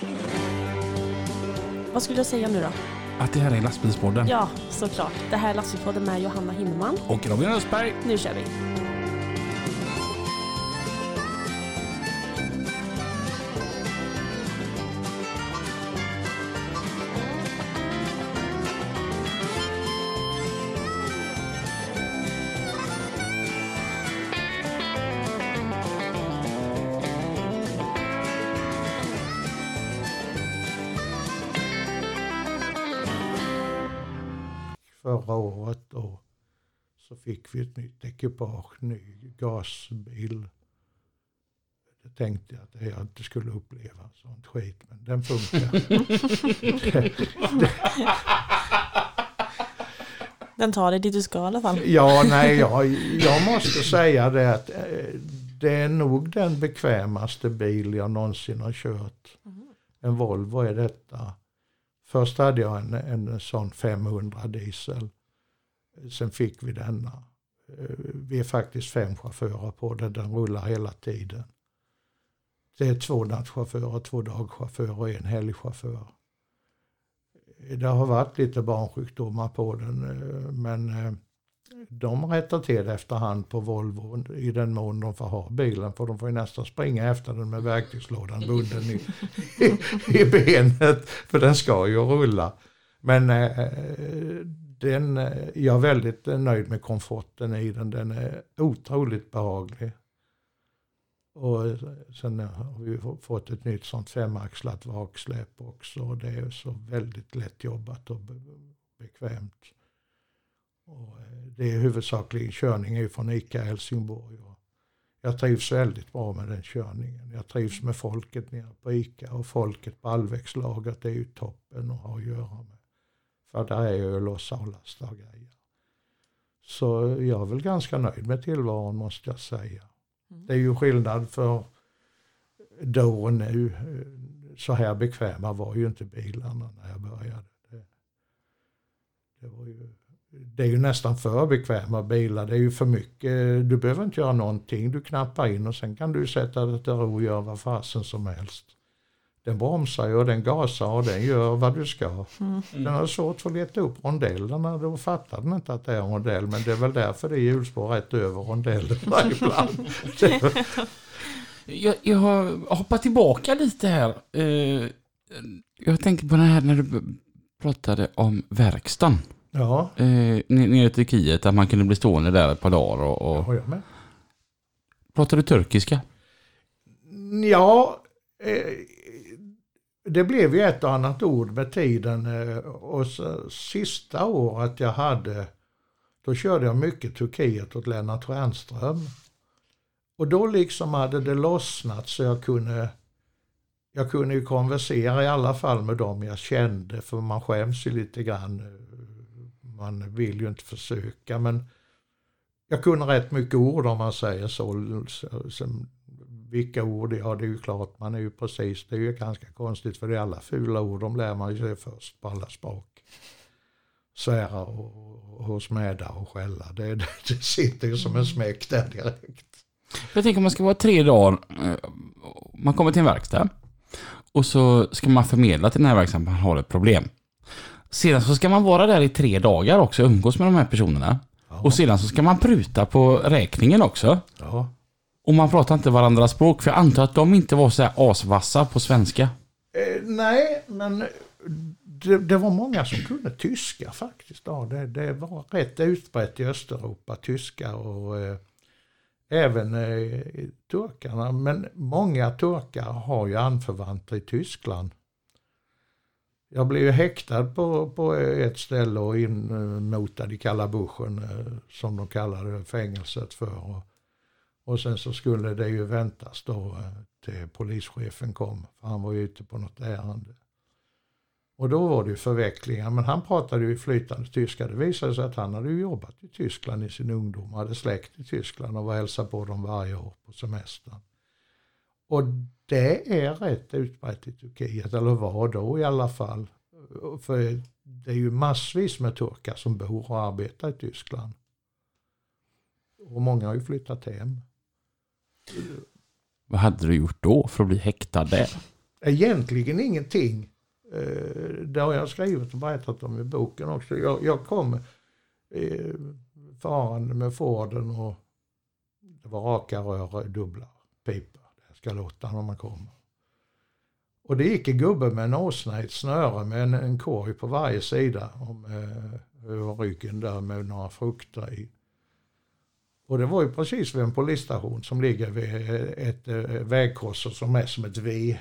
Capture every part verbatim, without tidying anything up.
Vad skulle jag säga nu då? Att det här är Lastbilspodden. Ja, såklart. Det här är Lastbilspodden med Johanna Himmelman. Och Robin Östberg. Nu kör vi. Förra året då så fick vi ett nytt ekipage, ny gasbil. Jag tänkte att jag inte skulle uppleva sånt skit, men den funkar. Den tar dig dit du ska i alla fall. Ja, nej, jag, jag måste säga det att det är nog den bekvämaste bil jag någonsin har kört. Mm. En Volvo är detta. Först hade jag en, en sån femhundra diesel. Sen fick vi denna. Vi är faktiskt fem chaufförer på den. Den rullar hela tiden. Det är två nattchaufförer, två dagchaufförer och en helgchaufför. Det har varit lite barnsjukdomar på den. Men de rättar till efterhand på Volvo i den mån de får ha bilen. För de får ju nästan springa efter den med verktygslådan bunden i, i, i benet. För den ska ju rulla. Men eh, den, jag är väldigt nöjd med komforten i den. Den är otroligt behaglig. Och sen har vi fått ett nytt sånt femaxlat vaksläp också. Och det är så väldigt lätt jobbat och bekvämt. Och det är huvudsakligen körning är från ICA Helsingborg. Och jag trivs väldigt bra med den körningen. Jag trivs med folket nere på ICA och folket på Allväxlagret. Det är ju toppen att ha att göra med. För där är ju lossa och lasta och grejer. Så jag är väl ganska nöjd med tillvaron, måste jag säga. Mm. Det är ju skillnad för då och nu. Så här bekväma var ju inte bilarna när jag började. Det, det var ju... Det är ju nästan för bekväma bilar. Det är ju för mycket. Du behöver inte göra någonting. Du knappar in och sen kan du sätta dig till ro och göra vad fasen som helst. Den bromsar och den gasar och den gör vad du ska. Mm. Den har svårt för att leta upp rondellerna. Då fattar den inte att det är en rondell. Men det är väl därför det är hjulspår rätt över rondellerna ibland. jag, jag har hoppat tillbaka lite här. Jag tänker på det här när du pratade om verkstaden. Ja. Eh, nere i Turkiet, att man kunde bli stående där ett par dagar. Och, och... Ja, jag med. Pratar du turkiska? Ja, eh, det blev ju ett och annat ord med tiden. Eh, och så, sista året jag hade, då körde jag mycket Turkiet åt Lennart Stjernström. Och då liksom hade det lossnat så jag kunde... Jag kunde ju konversera i alla fall med dem jag kände, för man skäms ju lite grann. Man vill ju inte försöka, men jag kunde rätt mycket ord om man säger så. Sen, vilka ord? Ja, det är ju klart, man är ju precis, det är ju ganska konstigt för det är alla fula ord, de lär man ju sig först på alla språk. Svära och, och smäda och skälla, det, det, det sitter ju som en smäck där direkt. Jag tänker om man ska vara tre dagar, man kommer till en verkstad och så ska man förmedla till den här verkstaden att man har ett problem. Sedan så ska man vara där i tre dagar också, umgås med de här personerna. Ja. Och sedan så ska man pruta på räkningen också. Ja. Och man pratar inte varandras språk, för jag antar att de inte var så här asvassa på svenska. Eh, nej, men det, det var många som kunde tyska faktiskt. Ja, det, det var rätt utbrett i Östeuropa, tyska och eh, även eh, turkarna. Men många turkar har ju anförvanter i Tyskland. Jag blev ju häktad på, på ett ställe och inmotad i kalla buschen, som de kallade fängelset för. Och, och sen så skulle det ju väntas då till polischefen kom, för han var ju ute på något ärende. Och då var det ju förvecklingar, men han pratade ju flytande tyska. Det visade sig att han hade ju jobbat i Tyskland i sin ungdom, hade släkt i Tyskland och var hälsa på dem varje år på semestern. Och det är rätt utbrett i Turkiet, eller var då i alla fall. För det är ju massvis med turkar som bor och arbetar i Tyskland. Och många har ju flyttat hem. Vad hade du gjort då för att bli häktad där? Egentligen ingenting. Det har jag skrivit och berättat om i boken också. Jag, jag kom eh, farande med Forden och det var raka rör, dubbla pipor. Det ska låta när man kommer. Och det gick en gubbe med en åsna i ett snöre med en, en korg på varje sida om eh, över ryggen där med några frukter i. Och det var ju precis vid en polisstation som ligger vid ett eh, vägkors som är som ett V.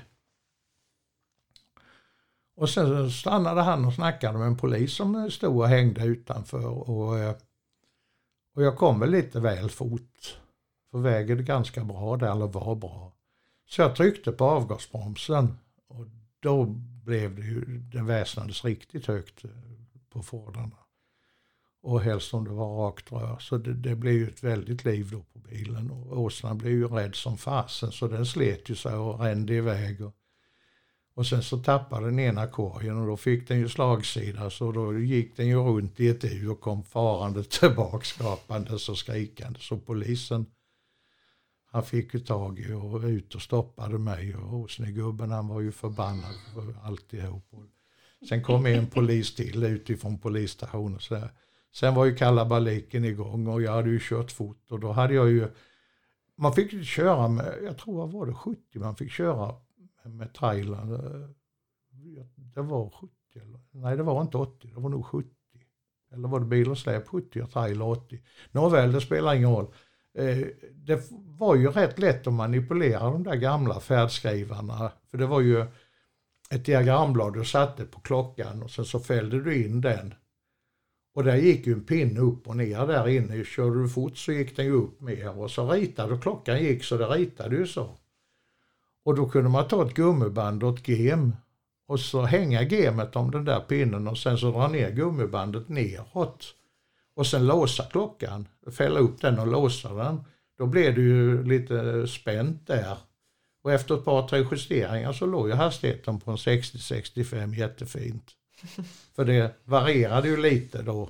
Och sen stannade han och snackade med en polis som stod och hängde utanför. Och, och jag kom väl lite väl fort. För vägen är ganska bra där, eller var bra. Så jag tryckte på avgasbromsen. Och då blev det ju, den väsnades riktigt högt på Fordarna. Och helst om det var rakt rör. Så det, det blev ju ett väldigt liv då på bilen. Och åsnan blev ju rädd som fasen. Så den slet ju sig och rände iväg. Och, och sen så tappade den ena korgen och då fick den ju slagsida. Så då gick den ju runt i ett U och kom farande tillbaka skapandes och skrikande. Så polisen, han fick ju tag i och ut och stoppade mig. Och åsnegubben, han var ju förbannad för alltihop. Och sen kom en polis till utifrån polisstationen. Så där. Sen var ju kalabaliken igång och jag hade ju kört fort. Och då hade jag ju, man fick ju köra med, jag tror vad var det, sjuttio man fick köra med trailern. Det var sjuttio, eller? Nej det var inte åttio, det var nog sjuttio. Eller var det bil och släp, sjuttio och trailer åttio. Nåväl, det spelar ingen roll. Det var ju rätt lätt att manipulera de där gamla färdskrivarna. För det var ju ett diagramblad du satte på klockan och sen så fällde du in den. Och där gick ju en pinne upp och ner där inne. Körde du fort så gick den ju upp mer och så ritade och klockan gick så det ritade ju så. Och då kunde man ta ett gummiband och ett gem och så hänga gemet om den där pinnen och sen så dra ner gummibandet neråt. Och sen låsa klockan, fälla upp den och låsa den. Då blev det ju lite spänt där. Och efter ett par, tre justeringar så låg ju hastigheten på en sextio sextiofem jättefint. För det varierade ju lite då.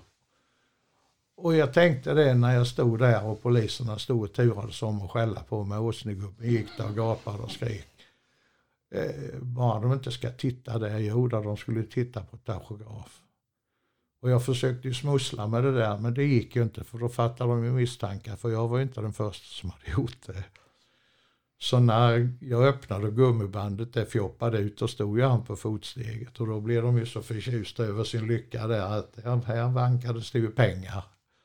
Och jag tänkte det när jag stod där och poliserna stod och turade som och skälla på mig. Åsnegubben gick där och gapade och skrek. Eh, bara de inte ska titta där. Jo, där de skulle titta på tachograf. Och jag försökte ju smussla med det där, men det gick ju inte för då fattade de ju misstankar. För jag var ju inte den första som hade gjort det. Så när jag öppnade gummibandet, det fjoppade ut och stod ju han på fotsteget. Och då blev de ju så förtjusta över sin lycka där att här vankades det ju pengar.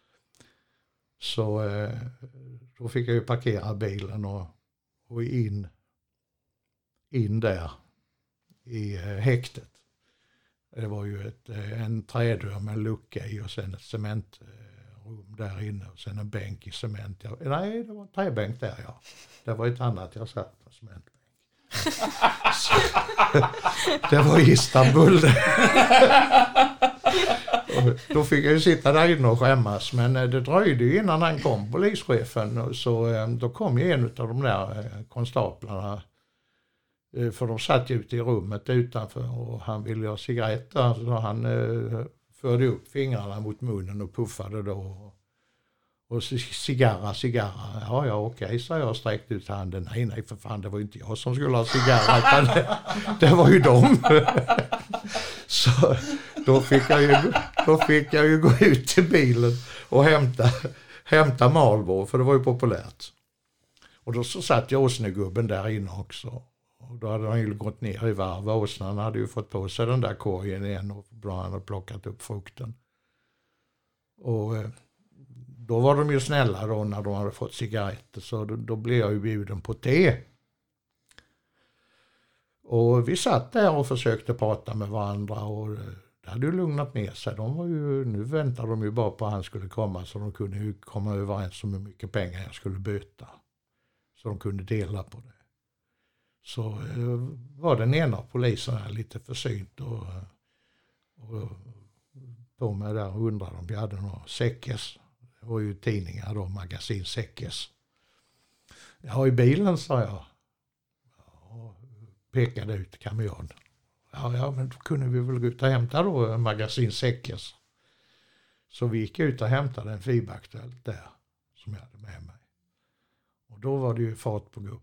Så eh, då fick jag ju parkera bilen och, och in, in där i eh, häktet. Det var ju ett, en trädörr med en lucka i och sen ett cementrum där inne och sen en bänk i cement. Nej, det var en träbänk där, ja. Det var ett annat jag satt på cementbänk. Det var i Istanbul. Då fick jag ju sitta där inne och skämmas, men det dröjde ju innan han kom, polischefen. Så då kom ju en av de där konstaplarna. För de satt ju ute i rummet utanför och han ville ha cigaretter. Så han eh, förde upp fingrarna mot munnen och puffade då. Och cigarra, cigarra. Ja, ja, okej, så jag sträckte ut handen. Nej, nej, för fan, det var inte jag som skulle ha cigarra. Utan det, det var ju dem. Så då fick, jag ju, då fick jag ju gå ut till bilen och hämta, hämta Marlboro, för det var ju populärt. Och då så satt jag åsnegubben där inne också. Och då hade han ju gått ner i varv. Åsnan hade ju fått på sig den där korgen igen och han hade plockat upp frukten. Och eh, då var de ju snälla då när de hade fått cigaretter. Så då, då blev jag ju bjuden på te. Och vi satt där och försökte prata med varandra och det hade ju lugnat ner sig. De var ju, nu väntade de ju bara på att han skulle komma så de kunde ju komma överens om hur mycket pengar jag skulle böta. Så de kunde dela på det. Så eh, var den ena av poliserna lite försynt och, och på mig där och undrade om vi hade några säckes. Det var ju tidningar då, magasin säckes. Jag har i bilen, sa jag. Och pekade ut kamion. Ja, ja, men då kunde vi väl gå ut och hämta då magasin säckes. Så vi gick ut och hämtade en FIB-aktuellt där som jag hade med mig. Och då var det ju fart på gubbarna där.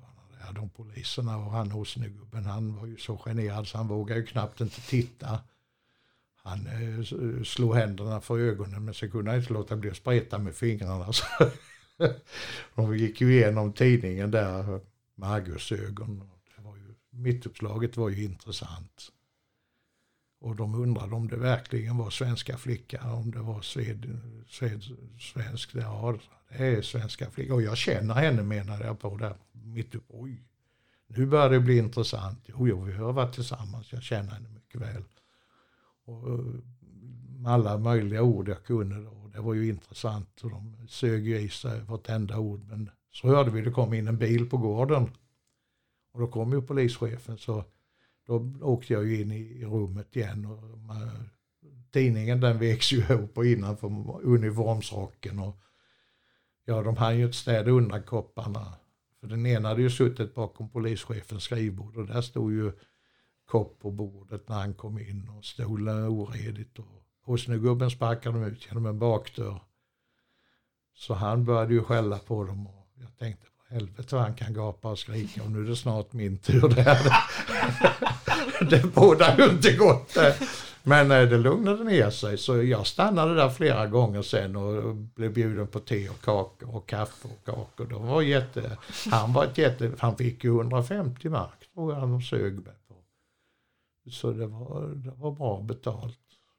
där, de poliserna, och han Åsnegubben, han var ju så generad så han vågade ju knappt inte titta. Han eh, slog händerna för ögonen, men så kunde han inte låta bli att spreta med fingrarna. Så de gick ju igenom tidningen där med argusögon. Det var ju, mittuppslaget var ju intressant. Och de undrade om det verkligen var svenska flicka, om det var sved, sved, svensk. Ja, det är svenska flicka. Och jag känner henne, menade jag på där mitt upp. Oj, nu börjar det bli intressant. Jo, jo, vi har varit tillsammans, jag känner henne mycket väl. Och med alla möjliga ord jag kunde då. Det var ju intressant och de sög ju i sig vartenda ord. Men så hörde vi det kom in en bil på gården. Och då kom ju polischefen, så då åkte jag ju in i rummet igen. Och med, tidningen den växte ju ihop och innanför uniformsrocken. Och ja, de hann ju inte städa undan kopparna. För den ena hade ju suttit bakom polischefens skrivbord och där stod ju kopp på bordet när han kom in och stolen oredigt. Och Åsnegubben sparkade dem ut genom en bakdörr. Så han började ju skälla på dem och jag tänkte på helvete vad han kan gapa och skrika och nu är det snart min tur där. Det båda ju inte gott. Men det lugnade ner sig så jag stannade där flera gånger sen och blev bjuden på te och kakor och kaffe och kakor. De var jätte, han var ett jätte, han fick ju hundrafemtio mark tror jag han sög med på. Så det var, det var bra betalt.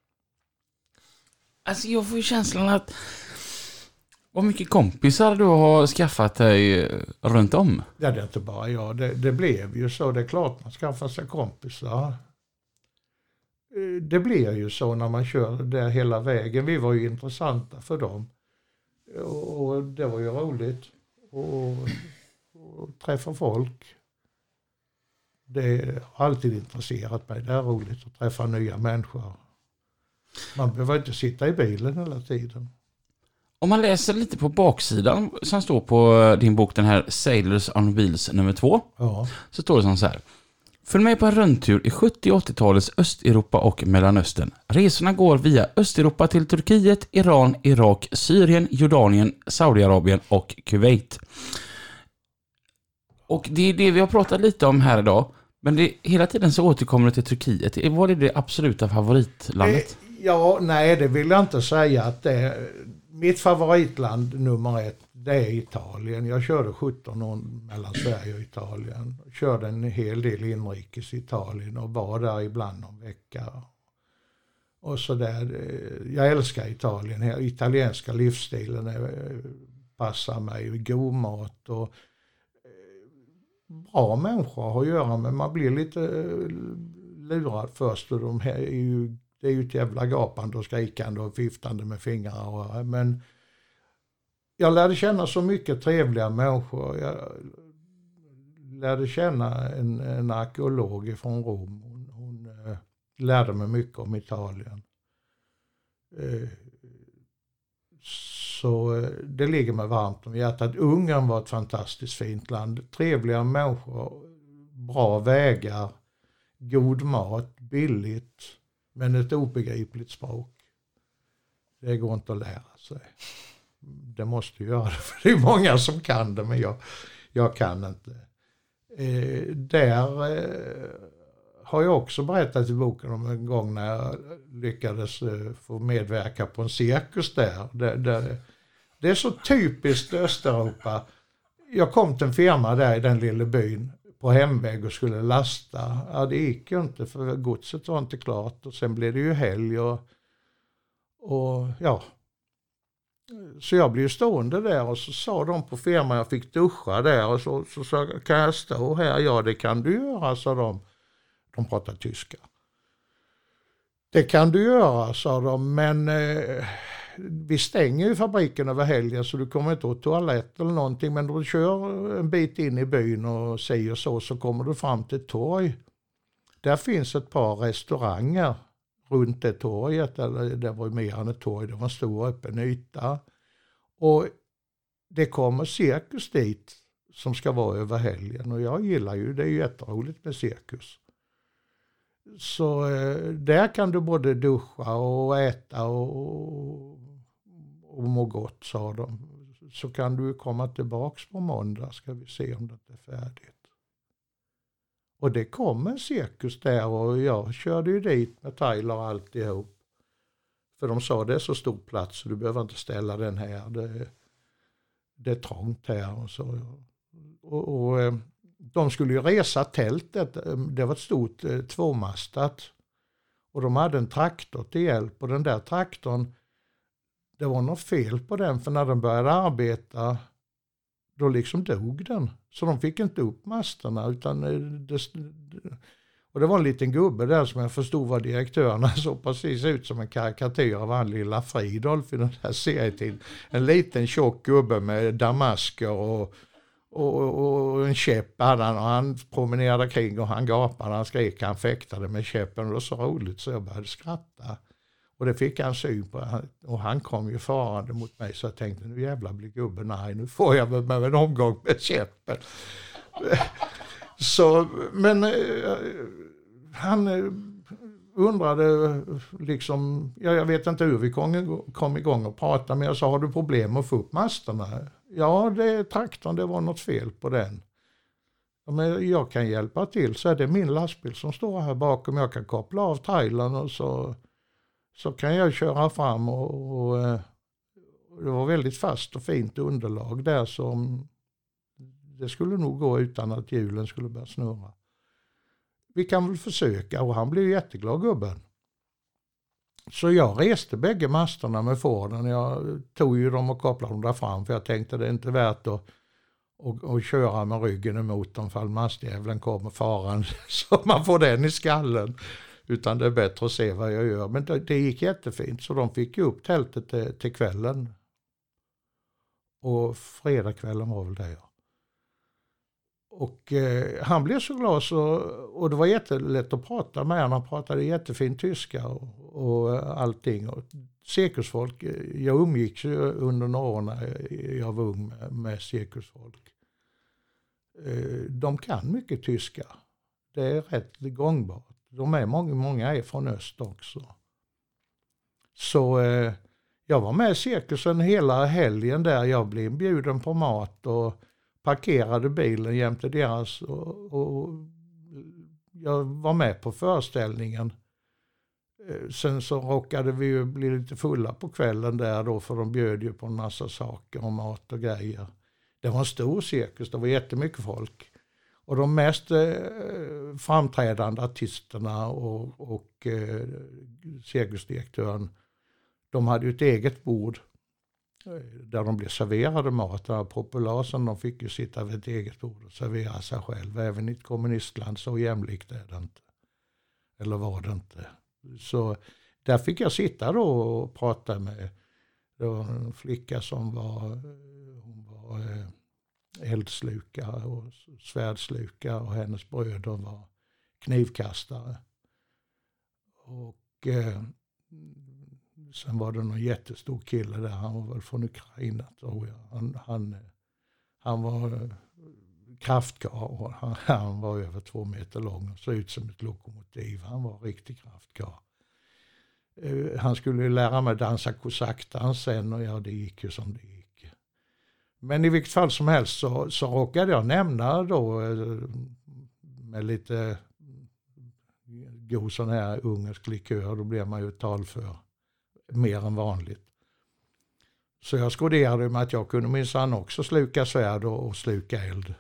Alltså jag får ju känslan att vad mycket kompisar du har skaffat dig runt om. Ja, det är inte bara jag. Det, det blev ju så. Det är klart man skaffar sig kompisar. Det blir ju så när man kör där hela vägen. Vi var ju intressanta för dem. Och det var ju roligt att träffa folk. Det har alltid intresserat mig. Det är roligt att träffa nya människor. Man behöver inte sitta i bilen hela tiden. Om man läser lite på baksidan som står på din bok, den här Sailors on Wheels nummer två, ja. Så står det som så här. Följ med på en rundtur i sjuttio- och åttiotalets Östeuropa och Mellanöstern. Resorna går via Östeuropa till Turkiet, Iran, Irak, Syrien, Jordanien, Saudiarabien och Kuwait. Och det är det vi har pratat lite om här idag. Men det, hela tiden så återkommer det till Turkiet. Var det det absoluta favoritlandet? Ja, nej det vill jag inte säga att det är. Mitt favoritland nummer ett, det är Italien. Jag körde sjutton år mellan Sverige och Italien. Körde en hel del inrikes i Italien och var där ibland någon vecka. Och så där, jag älskar Italien. Italienska livsstilen är, passar mig. God mat och bra människor har att göra med. Man blir lite lurad först och de här är ju det är ju ett jävla gapande och skrikande och viftande med fingrar. Och, men jag lärde känna så mycket trevliga människor. Jag lärde känna en, en arkeolog från Rom. Hon, hon eh, lärde mig mycket om Italien. Eh, så eh, det ligger mig varmt om hjärtat. Ungern var ett fantastiskt fint land. Trevliga människor, bra vägar, god mat, billigt. Men ett obegripligt språk. Det går inte att lära sig. Det måste göra det. För det är många som kan det. Men jag, jag kan inte. Eh, där eh, har jag också berättat i boken om en gång när jag lyckades eh, få medverka på en cirkus där. Det, det, det är så typiskt Östeuropa. Jag kom till en firma där i den lilla byn. På hemväg och skulle lasta. Ja, det gick ju inte för godset var inte klart. Och sen blev det ju helg och, och ja. Så jag blev stående där och så sa de på firman jag fick duscha där och så, så sa kan jag stå här? Ja, det kan du göra, sa de. De pratar tyska. Det kan du göra, sa de, men eh, vi stänger ju fabriken över helgen så du kommer inte åt toalett eller någonting, men då du kör en bit in i byn och säger så så kommer du fram till ett torg. Där finns ett par restauranger runt det torget, eller det var ju mer än ett torg, det var en stor öppen yta. Och det kommer cirkus dit som ska vara över helgen och jag gillar ju, det är ju jätteroligt med cirkus. Så eh, där kan du både duscha och äta och, och må gott, sa de. Så kan du komma tillbaks på måndag ska vi se om det är färdigt. Och det kom en cirkus där och jag körde ju dit med Tyler och alltihop. För de sa det är så stor plats så du behöver inte ställa den här. Det, det är trångt här och så. Och, och de skulle ju resa tältet. Det var ett stort eh, tvåmastat. Och de hade en traktor till hjälp. Och den där traktorn, det var något fel på den. För när den började arbeta, då liksom dog den. Så de fick inte upp masterna. Utan det, och det var en liten gubbe där som jag förstod var direktörerna. Så precis ut som en karikatyr av han lilla Fridolf i den här serietiden. En liten tjock gubbe med damasker och Och, och, och en käpp hade han och han promenerade kring och han gapade, han skrek, han fäktade med käppen och det var så roligt så jag började skratta. Och det fick han syn på och han kom ju farande mot mig så jag tänkte nu jävlar blir gubben, nej nu får jag med, med en omgång med käppen. Så, men eh, han eh, undrade liksom, ja, jag vet inte hur vi kom, kom igång och pratade med och sa har du problem att få upp masterna? Ja, det är traktorn, det var något fel på den. Ja, men jag kan hjälpa till, så är det min lastbil som står här bakom. Jag kan koppla av trailern och så, så kan jag köra fram. Och, och, och det var väldigt fast och fint underlag där som det skulle nog gå utan att hjulen skulle börja snurra. Vi kan väl försöka och han blev jätteglad gubben. Så jag reste bägge masterna med Forden. Jag tog ju dem och kopplade dem där fram för jag tänkte det är inte värt att, att, att köra med ryggen emot dem fall mastjävlen kommer faran så man får den i skallen. Utan det är bättre att se vad jag gör. Men det, det gick jättefint så de fick ju upp tältet till, till kvällen. Och fredagskvällen var väl det ja. Och eh, han blev så glad så, och det var jättelätt att prata med honom. Han pratade jättefin tyska och, och allting. Och cirkusfolk, jag umgicks ju under några år när jag var ung med, med cirkusfolk. Eh, de kan mycket tyska. Det är rätt gångbart. De är många, många är från öst också. Så eh, jag var med i cirkusen hela helgen där. Jag blev inbjuden på mat och parkerade bilen jämte deras och, och jag var med på föreställningen. Sen så råkade vi ju bli lite fulla på kvällen där då för de bjöd ju på en massa saker och mat och grejer. Det var en stor cirkus, det var jättemycket folk. Och de mest eh, framträdande artisterna och, och eh, cirkusdirektören, de hade ju ett eget bord där de blev serverade mat. Där populasen, de fick ju sitta vid ett eget bord och servera sig själv. Även i ett kommunistland så jämlikt är det inte. Eller var det inte. Så där fick jag sitta då och prata med det var en flicka som var, hon var eldslukare och svärdslukare och hennes bröder var knivkastare. Och eh, sen var det någon jättestor kille där, han var väl från Ukraina tror jag. Han, han, han var kraftkarl och han, han var över två meter lång och såg ut som ett lokomotiv. Han var riktig kraftkarl. Uh, han skulle lära mig dansa kosackdans sen och ja, det gick ju som det gick. Men i vilket fall som helst så, så råkade jag nämna då uh, med lite god sån här ungersk likör, då blev man ju talför mer än vanligt. Så jag skoderade med att jag kunde minsann också sluka svärd och, och sluka eld.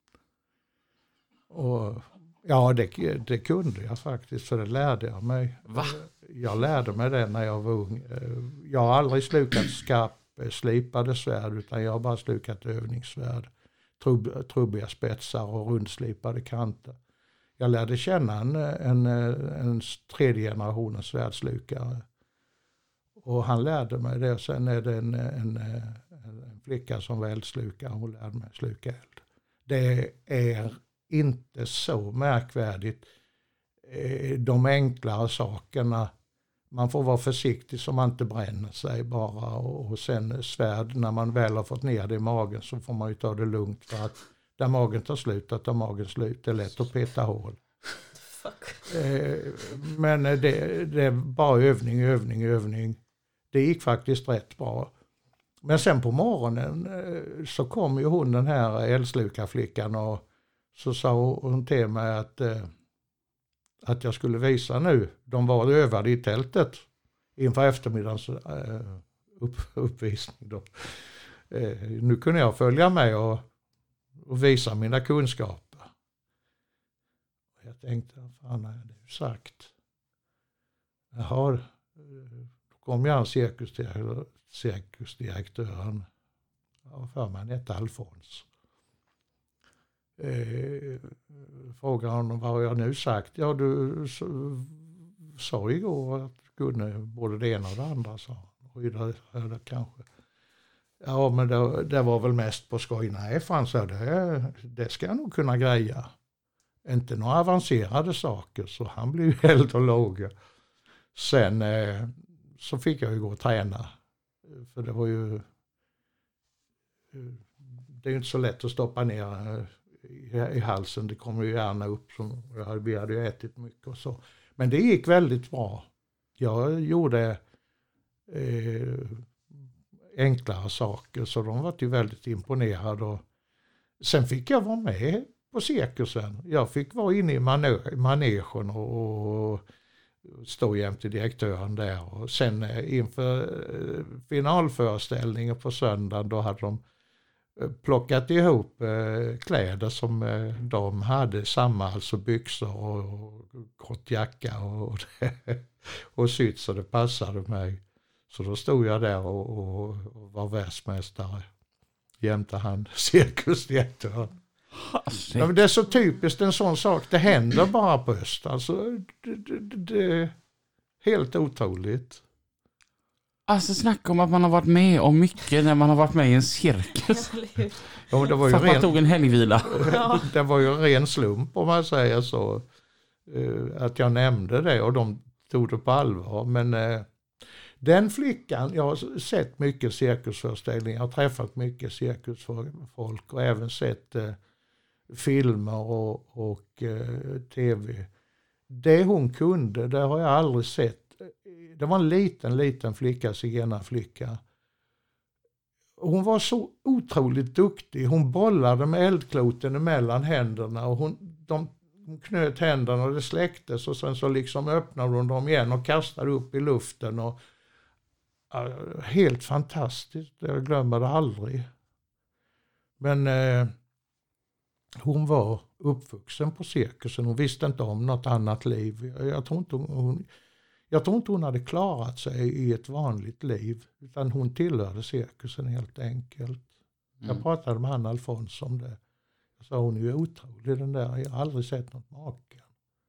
Och ja, det, det kunde jag faktiskt, för det lärde jag mig. Va? Jag lärde mig det när jag var ung. Jag har aldrig slukat skarp slipade svärd, utan jag har bara slukat övningssvärd. Trubb, trubbiga spetsar och rundslipade kanter. Jag lärde känna en, en, en tredje generationens svärdslukare. Och han lärde mig det. Och sen är det en, en, en flicka som var eldslukare. Hon lärde mig sluka eld. Det är inte så märkvärdigt. De enklare sakerna. Man får vara försiktig så man inte bränner sig bara. Och sen svärd, när man väl har fått ner det i magen så får man ju ta det lugnt. För att där magen tar slut, att tar magen slut. Det är lätt att peta hål. Fuck. Men det, det är bara övning, övning, övning. Det gick faktiskt rätt bra. Men sen på morgonen så kom ju hon, den här eldslukarflickan, och så sa hon till mig att, eh, att jag skulle visa nu. De var övade i tältet inför eftermiddagens eh, upp, uppvisning. Då. Eh, nu kunde jag följa med och, och visa mina kunskaper. Jag tänkte, vad fan är det sagt? Jaha, då kom jag en cirkusdirektör, cirkusdirektören. Ja, för mig hette Alfons. Eh, frågar honom vad har jag nu sagt? Ja, du sa igår att du kunde både det ena och det andra, sa han. Det, det kanske. Ja, men det, det var väl mest på skoj. Nej, fan, så det, det ska jag nog kunna greja. Inte några avancerade saker, så han blev ju eld och låga. Sen eh, så fick jag ju gå och träna. För det var ju... Det är ju inte så lätt att stoppa ner i, i halsen. Det kommer ju gärna upp. Som, vi hade ju ätit mycket och så. Men det gick väldigt bra. Jag gjorde eh, enklare saker. Så de var ju väldigt imponerade. Och sen fick jag vara med på cirkusen. Jag fick vara inne i mane- manegen och, och stå jämte direktören där. Och sen eh, inför eh, finalföreställningen på söndagen, då hade de plockat ihop eh, kläder som eh, de hade, samma, alltså byxor och, och kort jacka och, och sytt så det passade mig. Så då stod jag där och, och, och var världsmästare jämte han cirkusdirektören. Ja, men det är så typiskt en sån sak, det händer bara på öst. Alltså, det, det, det är helt otroligt. Alltså snacka om att man har varit med om mycket när man har varit med i en cirkus. Ja, men det var ju för att man ren, tog en helgvila. Det var ju en ren slump om man säger så. Att jag nämnde det och de tog det på allvar. Men den flickan, jag har sett mycket cirkusföreställningar, jag har träffat mycket cirkusfolk och även sett filmer och, och tv. Det hon kunde, det har jag aldrig sett. Det var en liten, liten flicka, zigenarflicka. Hon var så otroligt duktig. Hon bollade med eldkloten mellan händerna och hon, de, hon knöt händerna och det släcktes och sen så liksom öppnade hon dem igen och kastade upp i luften. Och, uh, helt fantastiskt, jag glömmer det aldrig. Men uh, hon var uppvuxen på cirkusen. Hon visste inte om något annat liv. Jag, jag tror inte hon... Jag tror inte hon hade klarat sig i ett vanligt liv, utan hon tillhörde cirkusen helt enkelt. Mm. Jag pratade med han Alfons om det. Jag sa, hon är ju otrolig den där, jag har aldrig sett något maken.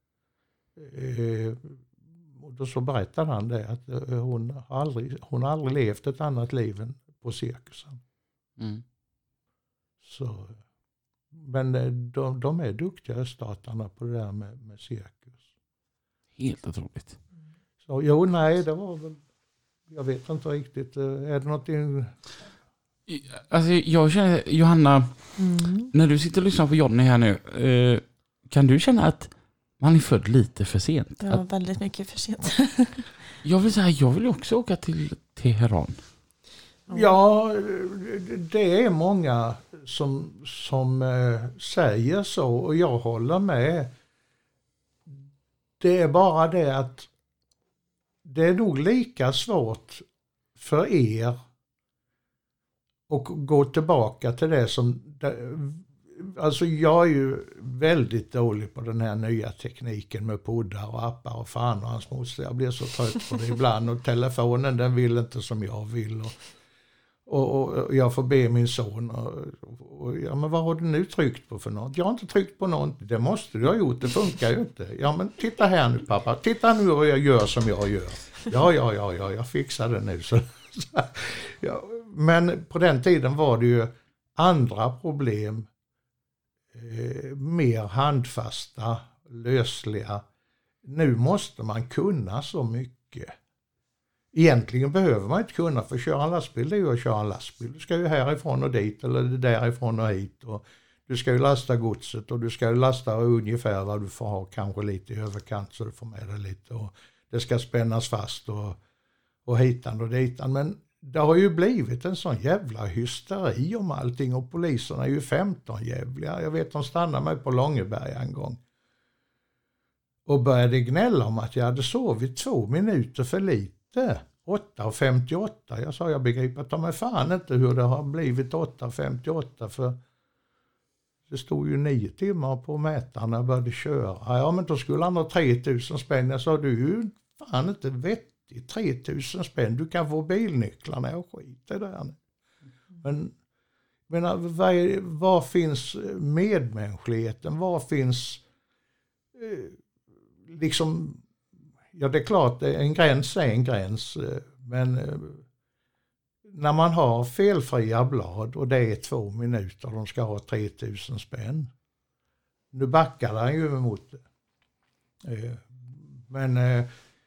Eh, och då så berättade han det, att eh, hon, har aldrig, hon har aldrig levt ett annat liv än på cirkusen. Mm. Så, men de, de är duktiga öststaterna på det där med, med cirkus. Helt otroligt. Så, jo, nej, det var väl, jag vet inte riktigt, är det någonting? Alltså jag känner, Johanna, mm. när du sitter och lyssnar på Johnny här nu, eh, kan du känna att man är född lite för sent? Det var att, väldigt mycket för sent. jag vill säga, jag vill också åka till Teheran. Ja, det är många som, som äh, säger så och jag håller med. Det är bara det att det är nog lika svårt för er att gå tillbaka till det som... Alltså jag är ju väldigt dålig på den här nya tekniken med poddar och appar och fan och hans moster. Jag blir så trött på det ibland och telefonen den vill inte som jag vill. Och, och, och jag får be min son och, och, ja men vad har du nu tryckt på för något? Jag har inte tryckt på något. Det måste du ha gjort, det funkar ju inte. Ja men titta här nu pappa, titta nu vad jag gör som jag gör. Ja ja ja ja, jag fixar det nu. Så, så, ja. Men på den tiden var det ju andra problem. Eh, mer handfasta, lösliga. Nu måste man kunna så mycket. Egentligen behöver man inte kunna, för att köra en lastbil det är ju att köra en lastbil. Du ska ju härifrån och dit eller därifrån och hit. Och du ska ju lasta godset och du ska ju lasta ungefär vad du får ha, kanske lite i överkant så du får med dig lite. Och det ska spännas fast och, och hitan och ditan. Men det har ju blivit en sån jävla hysteri om allting och poliserna är ju femton jävliga. Jag vet de stannade mig på Långeberg en gång. Och började gnälla om att jag hade sovit två minuter för lite. åtta femtioåtta. Jag sa jag begriper ta mig fan inte hur det har blivit åtta femtioåtta för det stod ju nio timmar på mätaren när jag började köra. Ja men då skulle han ha tre tusen spänn. Jag sa du är ju fan inte vettigt. tre tusen spänn. Du kan få bilnycklarna och skit i det där. Men, men var, var finns medmänskligheten? Var finns eh, liksom, ja det är klart en gräns är en gräns. Men eh, när man har felfria blad och det är två minuter och de ska ha tre tusen spänn. Nu backar han ju emot det. Eh, men eh,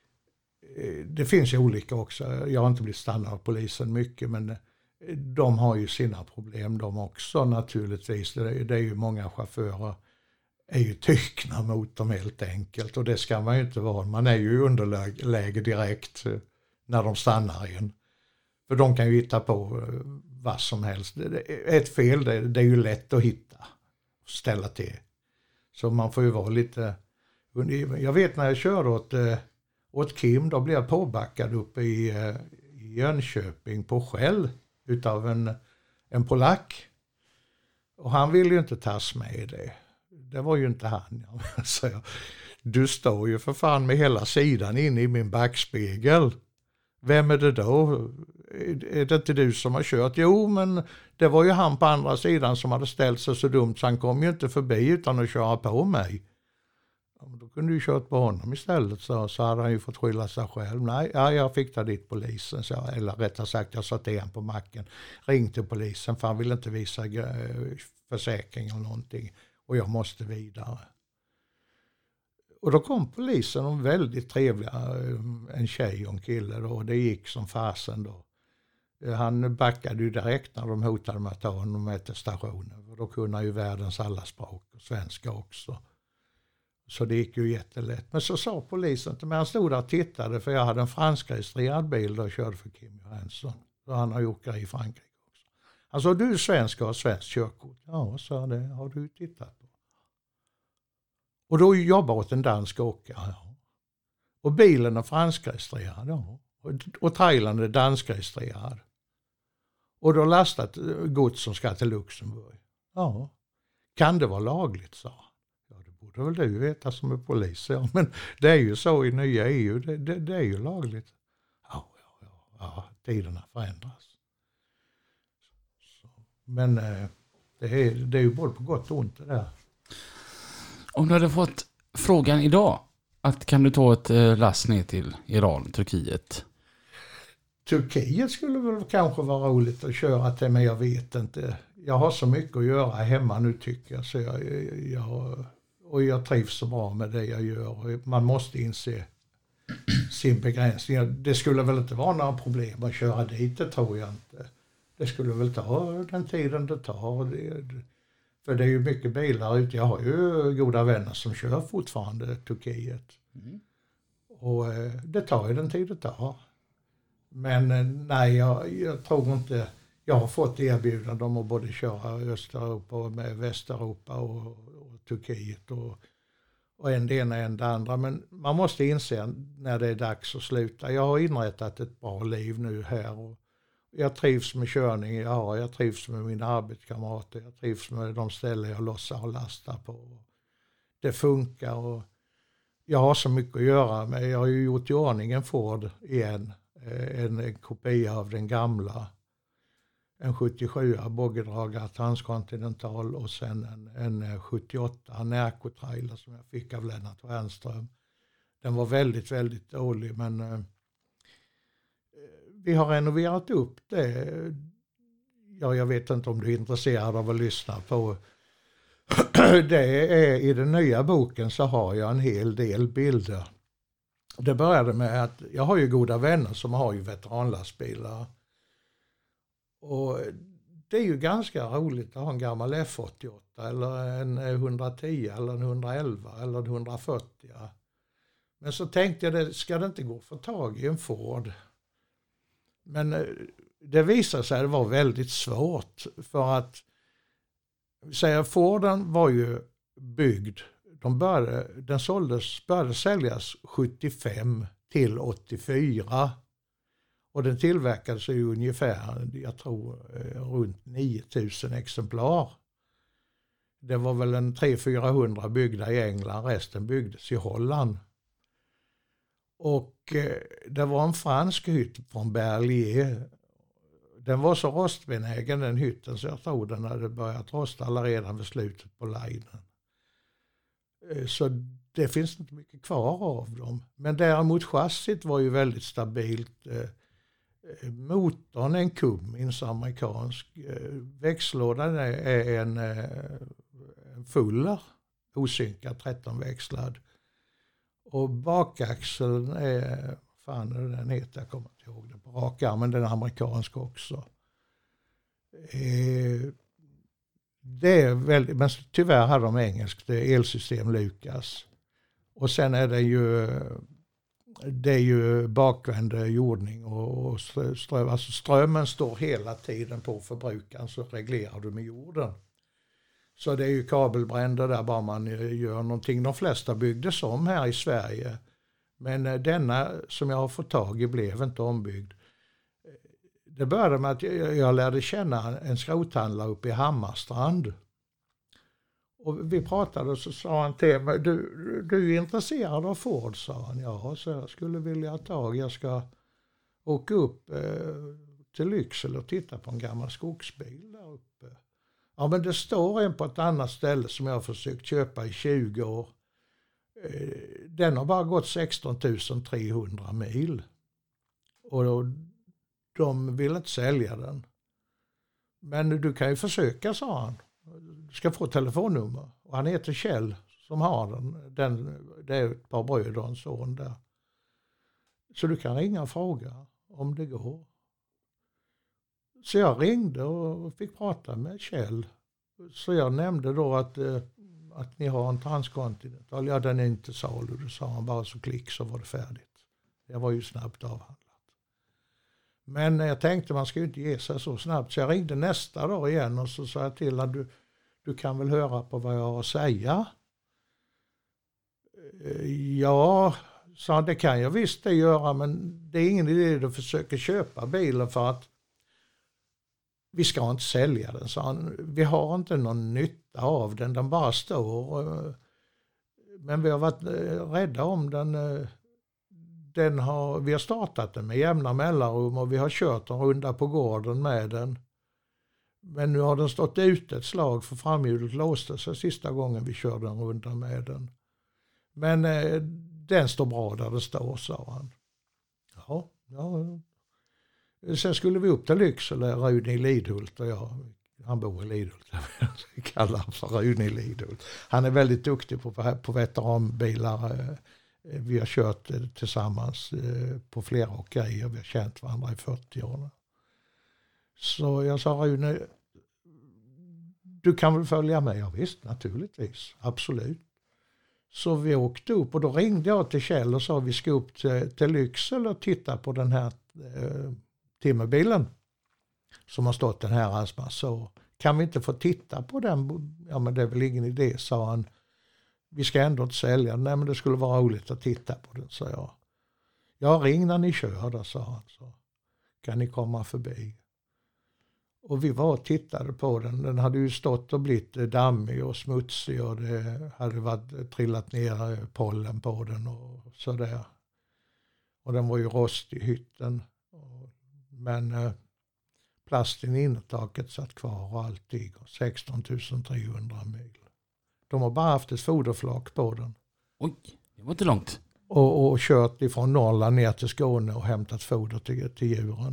det finns ju olika också. Jag har inte blivit stannad av polisen mycket men de har ju sina problem de också naturligtvis. Det, det är ju många chaufförer är ju tyckna mot dem helt enkelt och det ska man ju inte vara. Man är ju i underläge direkt när de stannar in. För de kan ju hitta på vad som helst. Ett fel det, det är ju lätt att hitta och ställa till. Så man får ju vara lite... Jag vet när jag körde åt, åt Kim, då blev jag påbackad uppe i, i Jönköping på Skäll utav en, en polack. Och han ville ju inte tas med i det. Det var ju inte han. Så jag, du står ju för fan med hela sidan inne i min backspegel. Vem är det då? Är det inte du som har kört? Jo, men det var ju han på andra sidan som hade ställt sig så dumt så han kom ju inte förbi utan att köra på mig. Ja, men då kunde du kört på honom istället så, så hade han ju fått skylla sig själv. Nej, ja, jag fick ta dit polisen. Så jag, eller rättare sagt, jag satt igen på macken. Ring till polisen för han ville inte visa försäkring eller någonting. Och jag måste vidare. Och då kom polisen och väldigt trevliga, en tjej och en kille då, och det gick som fasen då. Han backade ju direkt när de hotade med att ta honom med till stationen. Och då kunde han ju världens alla språk och svenska också. Så det gick ju jättelätt. Men så sa polisen till mig, han stod där och tittade för jag hade en fransk-registrerad bil och körde för Kim Johansson. Så han har gjort i Frankrike också. Han sa, du är svensk och har svensk körkort. Ja, så det har du tittat på. Och då jobbar åt en dansk åkare. Ja. Och bilen är franskregistrerad. Ja. Och, och trailern är danskregistrerad. Och då lastat gods som ska till Luxemburg. Ja. Kan det vara lagligt, sa han. Ja, det borde väl du veta som är polis. Ja. Men det är ju så i nya E U. Det, det, det är ju lagligt. Ja, ja, ja. ja tiderna förändras. Så. Men eh, det, är, det är ju både på gott och ont det där. Om du hade fått frågan idag att kan du ta ett eh, lass ner till Iran, Turkiet? Turkiet skulle väl kanske vara roligt att köra till, men jag vet inte. Jag har så mycket att göra hemma nu tycker jag. Så jag, jag och jag trivs så bra med det jag gör. Man måste inse sin begränsning. Det skulle väl inte vara några problem att köra dit, det tror jag inte. Det skulle väl ta den tiden det tar. Det, För det är ju mycket bilar ute. Jag har ju goda vänner som kör fortfarande Turkiet. Mm. Och eh, det tar ju den tid det tar. Men eh, nej, jag, jag tror inte... Jag har fått erbjudanden om att både köra Östeuropa och med Västeuropa och, och Turkiet. Och, och en det ena en det andra. Men man måste inse när det är dags att sluta. Jag har inrättat ett bra liv nu här och jag trivs med körning, ja, jag trivs med mina arbetskamrater, jag trivs med de ställen jag lossar och lastar på. Det funkar och jag har så mycket att göra med. Jag har ju gjort i ordning en Ford igen, en, en kopia av den gamla. En sjuttiosju boggedragare transkontinental och sen en, en sjuttioåtta Närco-trailer som jag fick av Lennart Wernström. Den var väldigt, väldigt dålig men... Vi har renoverat upp det. Ja, jag vet inte om du är intresserad av att lyssna på. Det är, i den nya boken så har jag en hel del bilder. Det började med att jag har ju goda vänner som har ju veteranlastbilar. Och det är ju ganska roligt att ha en gammal F åttioåtta eller en etthundratio eller en etthundraelva eller en etthundrafyrtio. Men så tänkte jag, det ska det inte gå att få tag i en Ford. Men eh, det visade sig att det var väldigt svårt för att säga Forden var ju byggd. De började, den såldes, började säljas sjuttiofem till åttiofyra. Och den tillverkades i ungefär, jag tror, runt nio tusen exemplar. Det var väl en tre till fyrahundra byggda i England, resten byggdes i Holland. Och eh, det var en fransk hytt från Berlier. Den var så rostbenägen den hytten så jag tror den hade börjat rosta redan vid slutet på linen. Eh, så det finns inte mycket kvar av dem. Men däremot chassit var ju väldigt stabilt. Eh, motorn är en Cummins amerikansk. Eh, växellådan är en, en Fuller osynkad tretton-växlad. Och bakaxeln är, fan är den heter, jag kommer inte ihåg det på rak arm, men den är amerikansk också. Eh, det är väldigt, men tyvärr har de engelskt, det är elsystem Lucas. Och sen är det ju, det är ju bakvänd jordning och, och ström, alltså strömmen står hela tiden på förbrukaren så reglerar du med jorden. Så det är ju kabelbränder där bara man gör någonting. De flesta byggdes om här i Sverige. Men denna som jag har fått tag i blev inte ombyggd. Det började med att jag lärde känna en skrothandlare uppe i Hammarstrand. Och vi pratade och så sa han till mig, du, du är intresserad av Ford, sa han. Ja, så jag skulle vilja ha tag. Jag ska åka upp eh, till Lycksele och titta på en gammal skogsbil där uppe. Ja, men det står en på ett annat ställe som jag har försökt köpa i tjugo år. Den har bara gått sexton tusen trehundra mil. Och då, de vill inte sälja den. Men du kan ju försöka, sa han. Du ska få telefonnummer. Och han heter Kjell som har den. den det är ett par bröder och en son där. Så du kan ringa och fråga om det går. Så jag ringde och fick prata med Kjell. Så jag nämnde då att, att ni har en Transcontinental. Ja, den är inte salu. Då sa han bara så klick så var det färdigt. Det var ju snabbt avhandlat. Men jag tänkte man ska ju inte ge sig så snabbt. Så jag ringde nästa dag igen och så sa jag till att du, du kan väl höra på vad jag har att säga. Ja, sa det kan jag visst det göra, men det är ingen idé att försöka köpa bilen för att vi ska inte sälja den, sa han. Vi har inte någon nytta av den, den bara står. Men vi har varit rädda om den. den har, vi har startat den med jämna mellanrum och vi har kört en runda på gården med den. Men nu har den stått ute ett slag för framhjulet låste sig sista gången vi körde en runda med den. Men eh, den står bra där det står, sa han. Ja, ja. Sen skulle vi upp till Lycksele, Rune Lidhult och jag. Han bor i Lidhult, jag kallar han för Rune Lidhult. Han är väldigt duktig på, på veteranbilar. Vi har kört tillsammans på flera åkerier, vi har känt varandra i fyrtio år. Så jag sa, Rune, du kan väl följa med? Ja visst, naturligtvis, absolut. Så vi åkte upp och då ringde jag till Kjell och sa vi ska upp till, till Lycksele och titta på den här eh, timmerbilen som har stått den här hans. Så kan vi inte få titta på den? Ja, men det är väl ingen idé, sa han. Vi ska ändå inte sälja den. Nej, men det skulle vara roligt att titta på den, sa jag. Ja, ring när ni kör då, sa han. Så kan ni komma förbi. Och vi var och tittade på den. Den hade ju stått och blivit dammig och smutsig och det hade varit trillat ner pollen på den och sådär. Och den var ju rostig i hytten. Men eh, plasten i innertaket satt kvar och allting. sexton tusen trehundra mil. De har bara haft ett foderflak på den. Oj, det var inte långt. Och, och kört ifrån Norrland ner till Skåne och hämtat foder till, till djuren.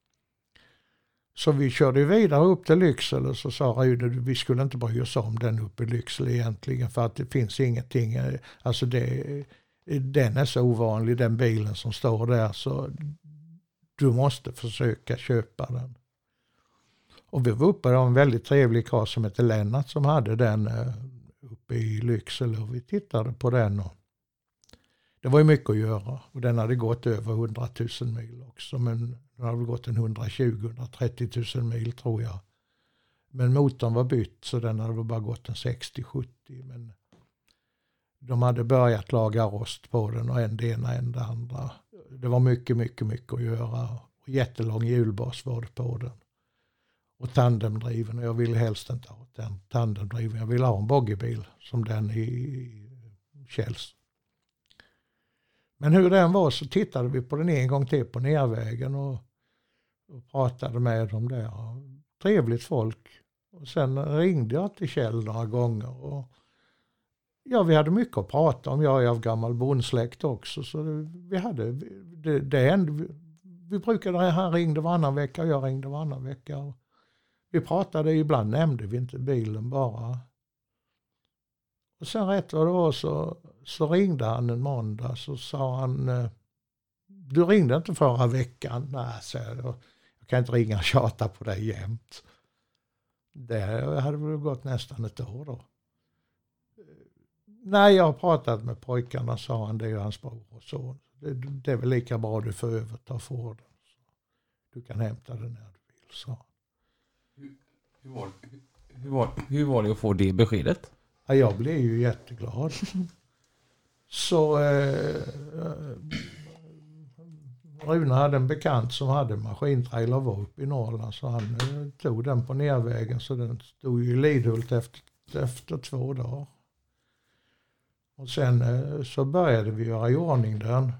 Så vi körde vidare upp till Lycksele och så sa Rune, vi skulle inte bry oss om den uppe i Lycksele egentligen för att det finns ingenting. Alltså det, den är så ovanlig, den bilen som står där, så du måste försöka köpa den. Och vi var uppe, det var en väldigt trevlig karl som heter Lennart som hade den uppe i Lycksele och vi tittade på den och det var ju mycket att göra. Och den hade gått över hundratusen mil också. Men den hade gått en hundratjugo till hundratrettio tusen mil tror jag. Men motorn var bytt så den hade bara gått en sextio till sjuttio. Men de hade börjat laga rost på den och en det ena en det andra. Det var mycket, mycket, mycket att göra. Och jättelång hjulbas var det på den. Och tandemdriven. Och jag ville helst inte ha den tandemdriven. Jag ville ha en boggybil som den i Kjells. Men hur den var så tittade vi på den en gång till på nervägen och, och pratade med dem där. Trevligt folk. Och sen ringde jag till Kjell några gånger. Och ja, vi hade mycket att prata om. Jag är av gammal bondsläkt också. Så det, vi hade det, det ändå, vi, vi brukade, han ringde varannan vecka och jag ringde varannan vecka. Och vi pratade, ibland nämnde vi inte bilen bara. Och sen rätt vad det var så, så ringde han en måndag så sa han, du ringde inte förra veckan. Nej, så jag, jag kan inte ringa och tjata på dig jämt. Det hade väl gått nästan ett år då. Nej, jag har pratat med pojkarna, sa han, det är ju hans bror och så. Det, det är väl lika bra du får överta Forden. Du kan hämta den när du vill, sa han. Hur, hur, var, hur, var, hur var det att få det beskedet? Ja, jag blev ju jätteglad. Så eh, Rune hade en bekant som hade maskintrailer var uppe i Norrland så han eh, tog den på nervägen så den stod ju i Lidhult efter, efter två dagar. Och sen eh, så började vi göra i ordning den.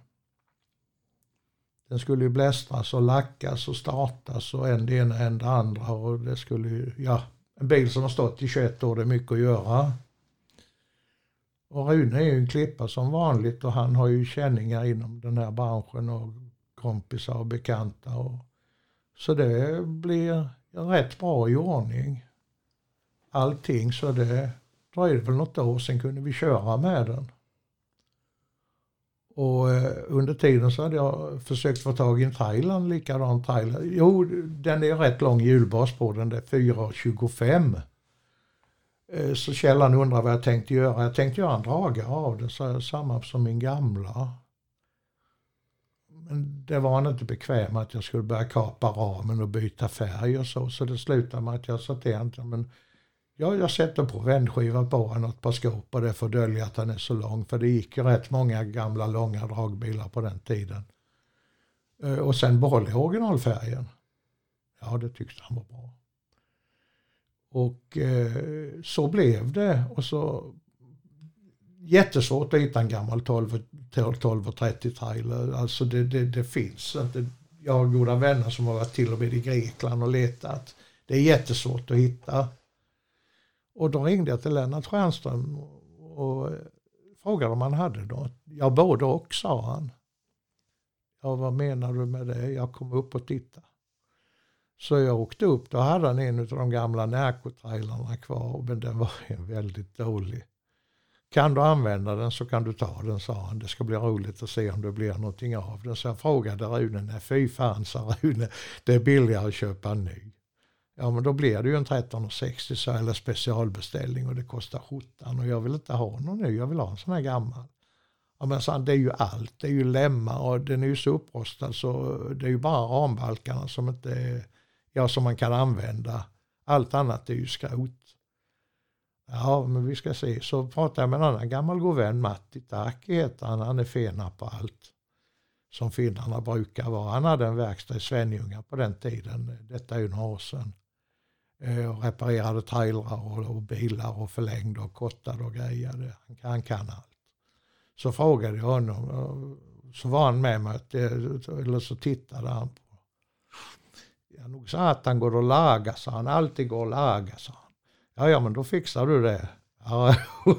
Den skulle ju blästras och lackas och startas och en det ena en det andra och det skulle ju, ja, en bil som har stått i tjugoett år, det är mycket att göra. Och Rune är ju en klippa som vanligt och han har ju känningar inom den här branschen och kompisar och bekanta. Och, så det blir rätt bra i ordning. Allting, så det dröjde väl något år sen kunde vi köra med den. Och eh, under tiden så hade jag försökt få tag i en trailer, likadan trailer. Jo, den är rätt lång hjulbas på den, det är fyra komma tjugofem. Eh, så Källan undrar vad jag tänkte göra. Jag tänkte göra en dragare av det, så samma som min gamla. Men det var han inte bekväm att jag skulle börja kapa ramen och byta färg och så. Så det slutade med att jag sa till honom, men ja, jag sätter på vändskivan på honom och ett par skåp och det får dölja att han är så lång. För det gick ju rätt många gamla långa dragbilar på den tiden. Och sen behåller jag originalfärgen. Ja, det tyckte han var bra. Och eh, så blev det. Och så jättesvårt att hitta en gammal tolv och trettio trailer. Alltså det, det, det finns inte. Jag har goda vänner som har varit till och med i Grekland och letat. Det är jättesvårt att hitta. Och då ringde jag till Lennart Stjernström och, och frågade om han hade något. Ja, både och, sa han. Ja, vad menar du med det? Jag kom upp och tittade. Så jag åkte upp, då hade han en av de gamla Närco-trailarna kvar, men den var väldigt dålig. Kan du använda den så kan du ta den, sa han. Det ska bli roligt att se om det blir någonting av den. Så jag frågade Rune, nej fy fan, sa Rune, det är billigare att köpa en ny. Ja, men då blir det ju en tretton sextio så eller specialbeställning och det kostar sjutton och jag vill inte ha någon ny, jag vill ha en sån här gammal. Ja, men så, det är ju allt, det är ju lämmar och den är ju så upprostad så det är ju bara rambalkarna som inte är, ja, som man kan använda. Allt annat är ju skrot. Ja, men vi ska se. Så pratade jag med en annan gammal god vän, Matti Taki heter han, han är fena på allt. Som finnarna brukar vara. Han hade en verkstad i Svenljunga på den tiden. Detta är ju några år sedan. Och reparerade trailrar och, och bilar och förlängde och kortade och grejade. Han, han kan allt. Så frågade jag honom. Så var han med mig. Eller så tittade han på. Jag nog sa att han går att laga. Så han alltid går att laga. Så han. Ja, ja, men då fixar du det. Ja,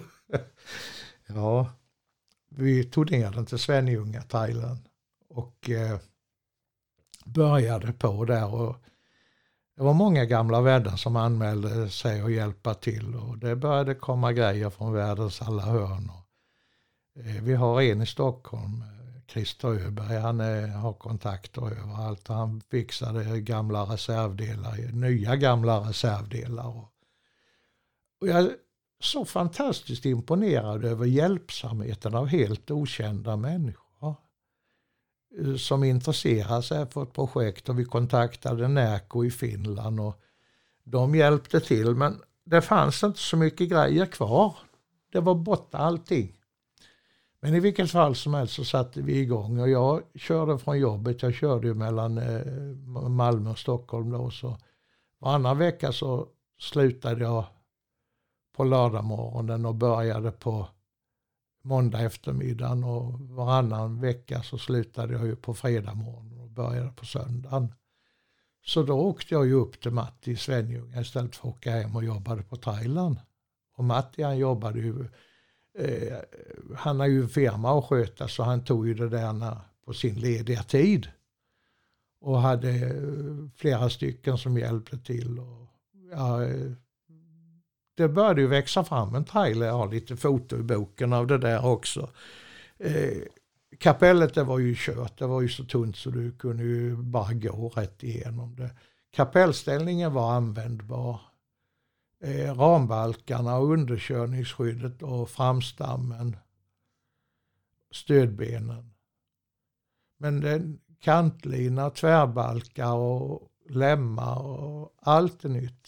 ja. Vi tog ner den till Svenljunga-trailern. Och eh, började på där och det var många gamla vänner som anmälde sig att hjälpa till och det började komma grejer från världens alla hörn. Eh, vi har en i Stockholm, Christer Öberg, han är, har kontakter överallt och han fixade gamla reservdelar, nya gamla reservdelar. Och, och jag så fantastiskt imponerad över hjälpsamheten av helt okända människor som intresserar sig för ett projekt, och vi kontaktade Närko i Finland och de hjälpte till, men det fanns inte så mycket grejer kvar. Det var borta allting. Men i vilket fall som helst så satte vi igång, och jag körde från jobbet. Jag körde ju mellan Malmö och Stockholm då, så varannan vecka så slutade jag på lördagmorgonen och började på måndag eftermiddagen, och varannan vecka så slutade jag ju på fredag morgon och började på söndagen. Så då åkte jag ju upp till Matti i Svenljunga istället för att åka hem och jobbade på Thailand. Och Matti han jobbade ju, eh, han har ju en firma att sköta, så han tog ju det där på sin lediga tid. Och hade flera stycken som hjälpte till. Och, ja, det började ju växa fram en trailer. Jag har lite foto i boken av det där också. Eh, kapellet det var ju kört. Det var ju så tunt så du kunde ju bara gå rätt igenom det. Kapellställningen var användbar. Eh, rambalkarna och underkörningsskyddet och framstammen. Stödbenen. Men den kantlina, tvärbalkar och lämmar och allt är nytt.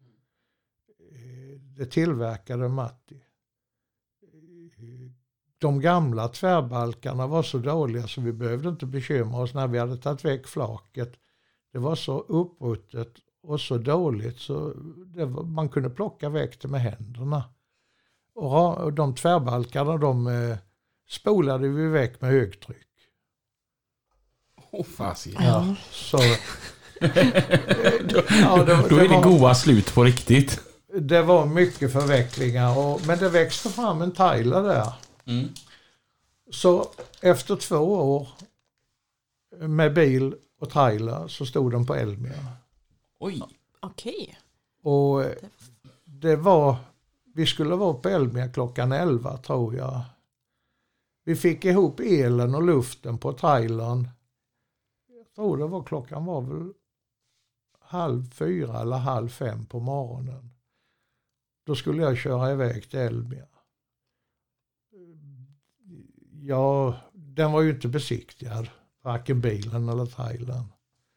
Det tillverkade Matti. De gamla tvärbalkarna var så dåliga så vi behövde inte bekymra oss när vi hade tagit väck flaket. Det var så uppruttet och så dåligt så det var, man kunde plocka väck det med händerna. Och, och de tvärbalkarna de eh, spolade vi väck med högtryck. Åh, oh, fasiken. Ja, så... ja, det, då är det, det var, goda slut på riktigt. Det var mycket förvecklingar, och, men det växte fram en trailer där. Mm. Så efter två år med bil och trailer så stod den på Elmia. Oj. Okej. Och det var, vi skulle vara på Elmia klockan elva tror jag. Vi fick ihop elen och luften på trailern. Jag tror det var klockan var väl halv fyra eller halv fem på morgonen. Då skulle jag köra iväg till Elmia. Ja, den var ju inte besiktigad. Varken bilen eller trailern.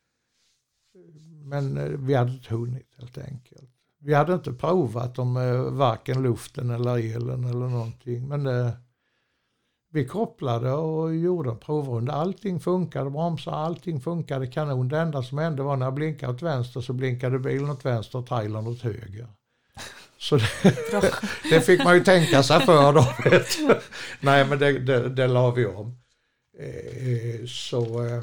Men vi hade inte hunnit helt enkelt. Vi hade inte provat om varken luften eller elen eller någonting. Men det, vi kopplade och gjorde en provrunda. Allting funkade, bromsar, allting funkade kanon. Det enda som hände var när jag blinkade åt vänster så blinkade bilen åt vänster och trailern åt höger. Så det, det fick man ju tänka sig för då. Nej, men det, det, det la vi om. Eh, så, eh,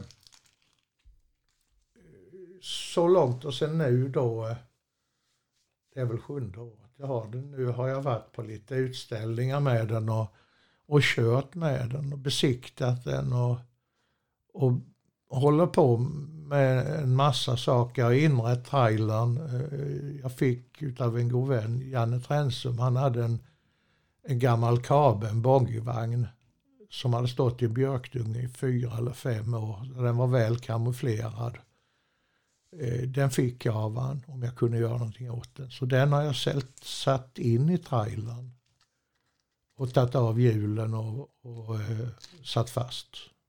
så långt och sen nu då, eh, det är väl sjunde året jag har den. Nu har jag varit på lite utställningar med den och, och kört med den och besiktat den och, och håller på med en massa saker. Jag har inrett trailern. Jag fick utav en god vän, Janne Trensum, han hade en, en gammal Kabe, en boggyvagn som hade stått i björkdunge i fyra eller fem år. Den var väl kamouflerad. Den fick jag av han om jag kunde göra någonting åt den. Så den har jag sällt, satt in i trailern och tagit av hjulen och, och, och satt fast.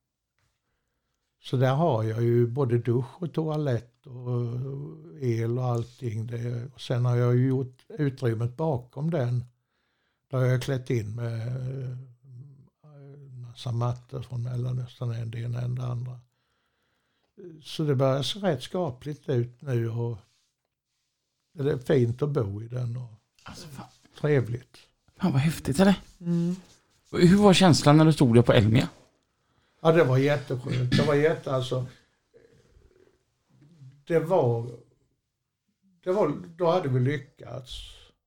Så där har jag ju både dusch och toalett och el och allting. Det, och sen har jag ju gjort utrymmet bakom den. Där har jag klätt in med en massa mattor från Mellanöstern, en det ena än det andra. Så det börjar se rätt skapligt ut nu och det är fint att bo i den och alltså, fan. Trevligt. Fan vad häftigt är det. Mm. Hur var känslan när du stod där på Elmia? Ja, det var jätteskönt. Det var jätte, alltså, det var, det var, då hade vi lyckats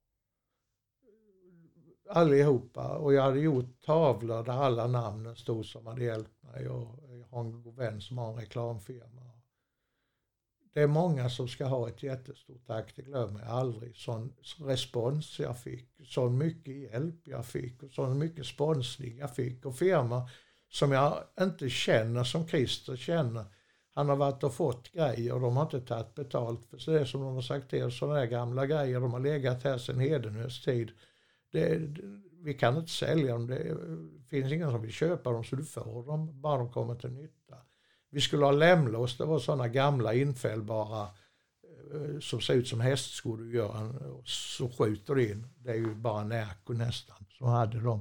allihopa och jag hade gjort tavlor där alla namnen stod som hade hjälpt mig och jag har en god vän som har en reklamfirma. Det är många som ska ha ett jättestort tack, det glömmer jag aldrig. Sån respons jag fick, så mycket hjälp jag fick och så mycket sponsring jag fick och firma som jag inte känner som Christer känner. Han har varit och fått grejer och de har inte tagit betalt för det som de har sagt till. Sådana där gamla grejer, de har legat här sedan Hedenhös tid. det, vi kan inte sälja dem. Det finns ingen som vill köpa dem så du får dem bara de kommer till nytta. Vi skulle ha lämlås, det var sådana gamla infällbara som ser ut som hästskor du gör en, så skjuter du in. Det är ju bara närko nästan som hade dem.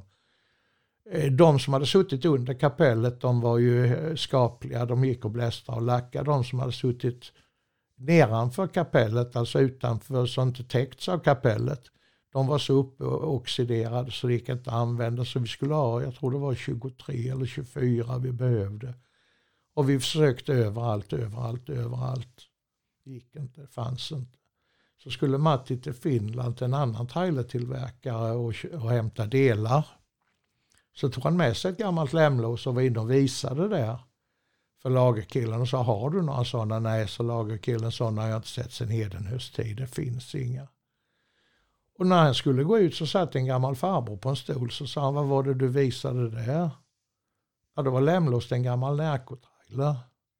De som hade suttit under kapellet, de var ju skapliga, de gick och blästrade och lackade. De som hade suttit nedanför kapellet, alltså utanför, så inte täckts av kapellet, de var så uppoxiderade så det gick inte att använda. Så vi skulle ha, jag tror det var tjugotre eller tjugofyra vi behövde. Och vi försökte överallt, överallt, överallt. Det gick inte, det fanns inte. Så skulle Matti till Finland till en annan trailertillverkare och, och hämta delar. Så tog han med sig ett gammalt lämlås och var inne och visade där för lagerkillen och sa, har du några sådana? Nej, så lagerkillen sådana har jag inte sett sedan Hedenhösttid, det finns inga. Och när han skulle gå ut så satt en gammal farbror på en stol, så sa han, vad var det du visade där? Ja, det var lämlås, en gammal närkotrailer.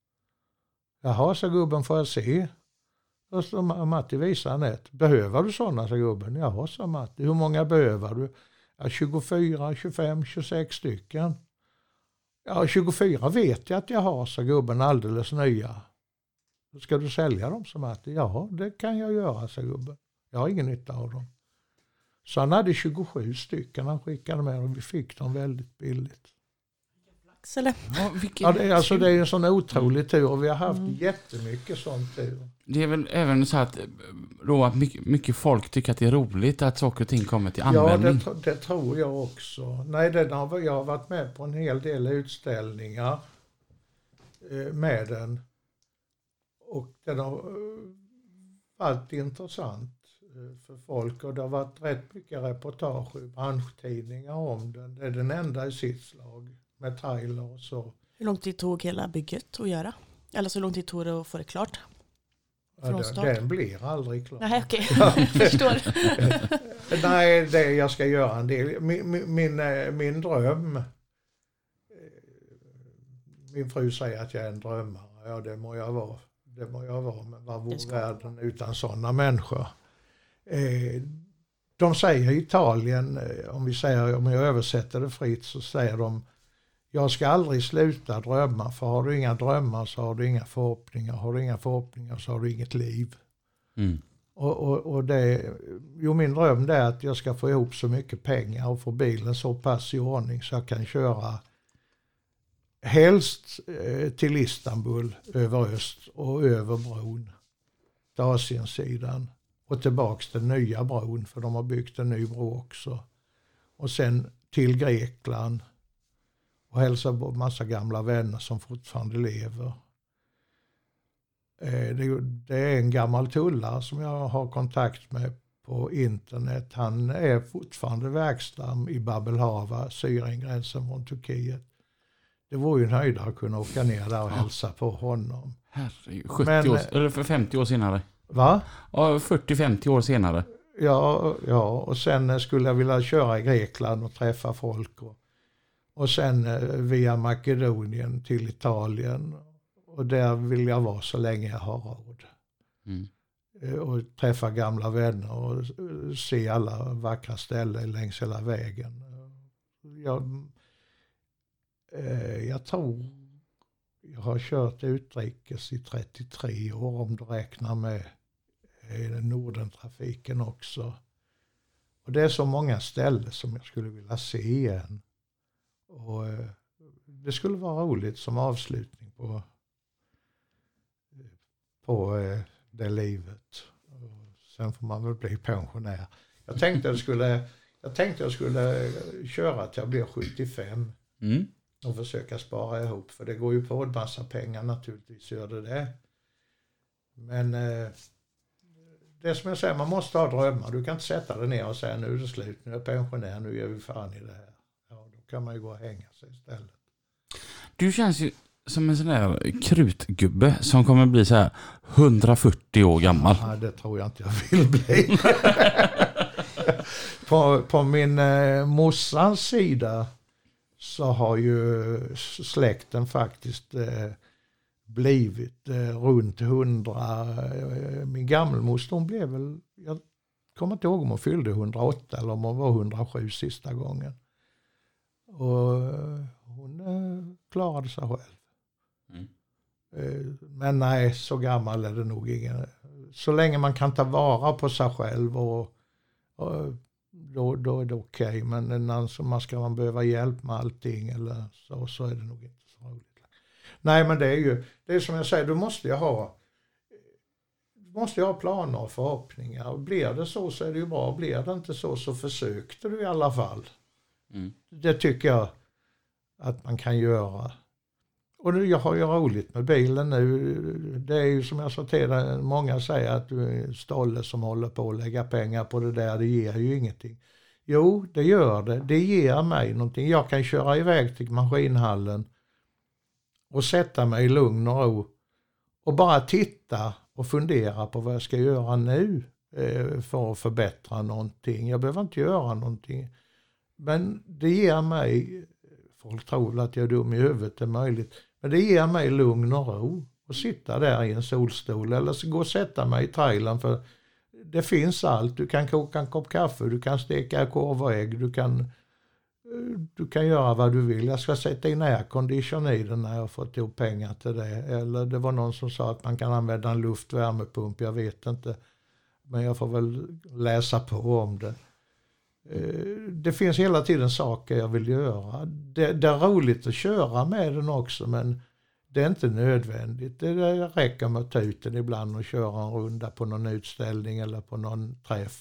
Jaha, sa gubben, får jag se? Och så Matti visade han ett. Behöver du sådana, sa gubben? Jaha, sa Matti. Hur många behöver du? Ja, tjugofyra, tjugofem, tjugosex stycken. Ja, tjugofyra vet jag att jag har, sa gubben, alldeles nya. Ska du sälja dem, sa Matti? Ja, det kan jag göra, sa gubben. Jag har ingen nytta av dem. Så han hade tjugosju stycken han skickade med och vi fick dem väldigt billigt. Eller? Ja, vilken... ja, det, är, alltså, det är en sån otrolig tur och vi har haft mm. jättemycket sån tur. Det är väl även så att, då, att mycket, mycket folk tycker att det är roligt att saker och ting kommer till användning. Ja, det, det tror jag också. Nej, det har, jag har varit med på en hel del utställningar eh, med den. Och den har eh, varit intressant eh, för folk. Och det har varit rätt mycket reportage i branschtidningar om den. Det är den enda i sitt slag med trailer och så. Hur lång tid tog hela bygget att göra? Eller så lång tid tog det att få det klart? Ja, det, den blir aldrig klar. Nej, okej. Okay. Jag förstår. Nej, det jag ska göra en del. Min, min, min, min dröm. Min fru säger att jag är en drömmare. Ja, det må jag vara. Det må jag vara. Men vad vore världen utan sådana människor? Eh, de säger i Italien, om vi säger, om jag översätter det fritt, så säger de, jag ska aldrig sluta drömma, för har du inga drömmar så har du inga förhoppningar. Har du inga förhoppningar så har du inget liv. Mm. Och, och, och det, jo, min dröm det är att jag ska få ihop så mycket pengar och få bilen så pass i ordning så jag kan köra helst eh, till Istanbul över öst och över bron till Asiensidan och tillbaks till nya bron, för de har byggt en ny bro också. Och sen till Grekland och hälsa på massa gamla vänner som fortfarande lever. Det, det är en gammal tullare som jag har kontakt med på internet. Han är fortfarande verksam i Babelhava, Syriengränsen från Turkiet. Det var ju en höjdare att kunna åka ner där och hälsa på honom. Herregud, sjuttio Men, år, eller för femtio år senare. Va? Ja, fyrtio femtio år senare. Ja, ja, och sen skulle jag vilja köra i Grekland och träffa folk. Och, och sen via Makedonien till Italien. Och där vill jag vara så länge jag har råd. Mm. Och träffa gamla vänner och se alla vackra ställen längs hela vägen. Jag, jag tror jag har kört utrikes i trettiotre år, om du räknar med Nordentrafiken också. Och det är så många ställen som jag skulle vilja se igen. Och det skulle vara roligt som avslutning på på det livet. Och sen får man väl bli pensionär. Jag tänkte jag skulle jag tänkte jag skulle köra till jag blir sjuttiofem. Mm. Och försöka spara ihop, för det går ju på en massa pengar naturligtvis, gör det det. Men eh, det som jag säger, man måste ha drömmar. Du kan inte sätta dig ner och säga nu är det slut, nu är jag pensionär, nu gör vi fan i det här. Ja, då kan man ju gå och hänga sig istället. Du känns ju som en sån där krutgubbe som kommer bli så här hundrafyrtio år gammal. Ja, det tror jag inte jag vill bli. på, på min eh, morsans sida så har ju släkten faktiskt eh, blivit eh, runt hundra. Eh, min gammelmoster, hon blev väl, jag kommer inte ihåg om hon fyllde hundraåtta eller om hon var hundrasju sista gången. Och hon eh, klarade sig själv. Mm. Eh, men nej, så gammal är det nog ingen. Så länge man kan ta vara på sig själv och, och då, då är det okej. Okay. Men när man ska man behöva hjälp med allting eller så, så är det nog inte så roligt. Nej, men det är ju, det är som jag säger, du måste ju ha du måste ju ha planer och förhoppningar. Blir det så så är det ju bra. Blir det inte så så försökte du i alla fall. Mm. Det tycker jag att man kan göra. Och nu, jag har ju roligt med bilen nu. Det är ju som jag sa till dig, många säger att du är stolle som håller på att lägga pengar på det där. Det ger ju ingenting. Jo, det gör det. Det ger mig någonting. Jag kan köra iväg till maskinhallen och sätta mig i lugn och ro och bara titta och fundera på vad jag ska göra nu eh, för att förbättra någonting. Jag behöver inte göra någonting. Men det ger mig, folk tror att jag är dum i huvudet, det är möjligt, men det ger mig lugn och ro och sitta där i en solstol eller så gå och sätta mig i trailern, för det finns allt. Du kan koka en kopp kaffe, du kan steka korv och ägg, du kan du kan göra vad du vill. Jag ska sätta in aircondition i den när jag har fått ihop pengar till det. Eller det var någon som sa att man kan använda en luftvärmepump, jag vet inte. Men jag får väl läsa på om det. Det finns hela tiden saker jag vill göra. Det, det är roligt att köra med den också, men det är inte nödvändigt. Det räcker med att ta ut den ibland och köra en runda på någon utställning eller på någon träff.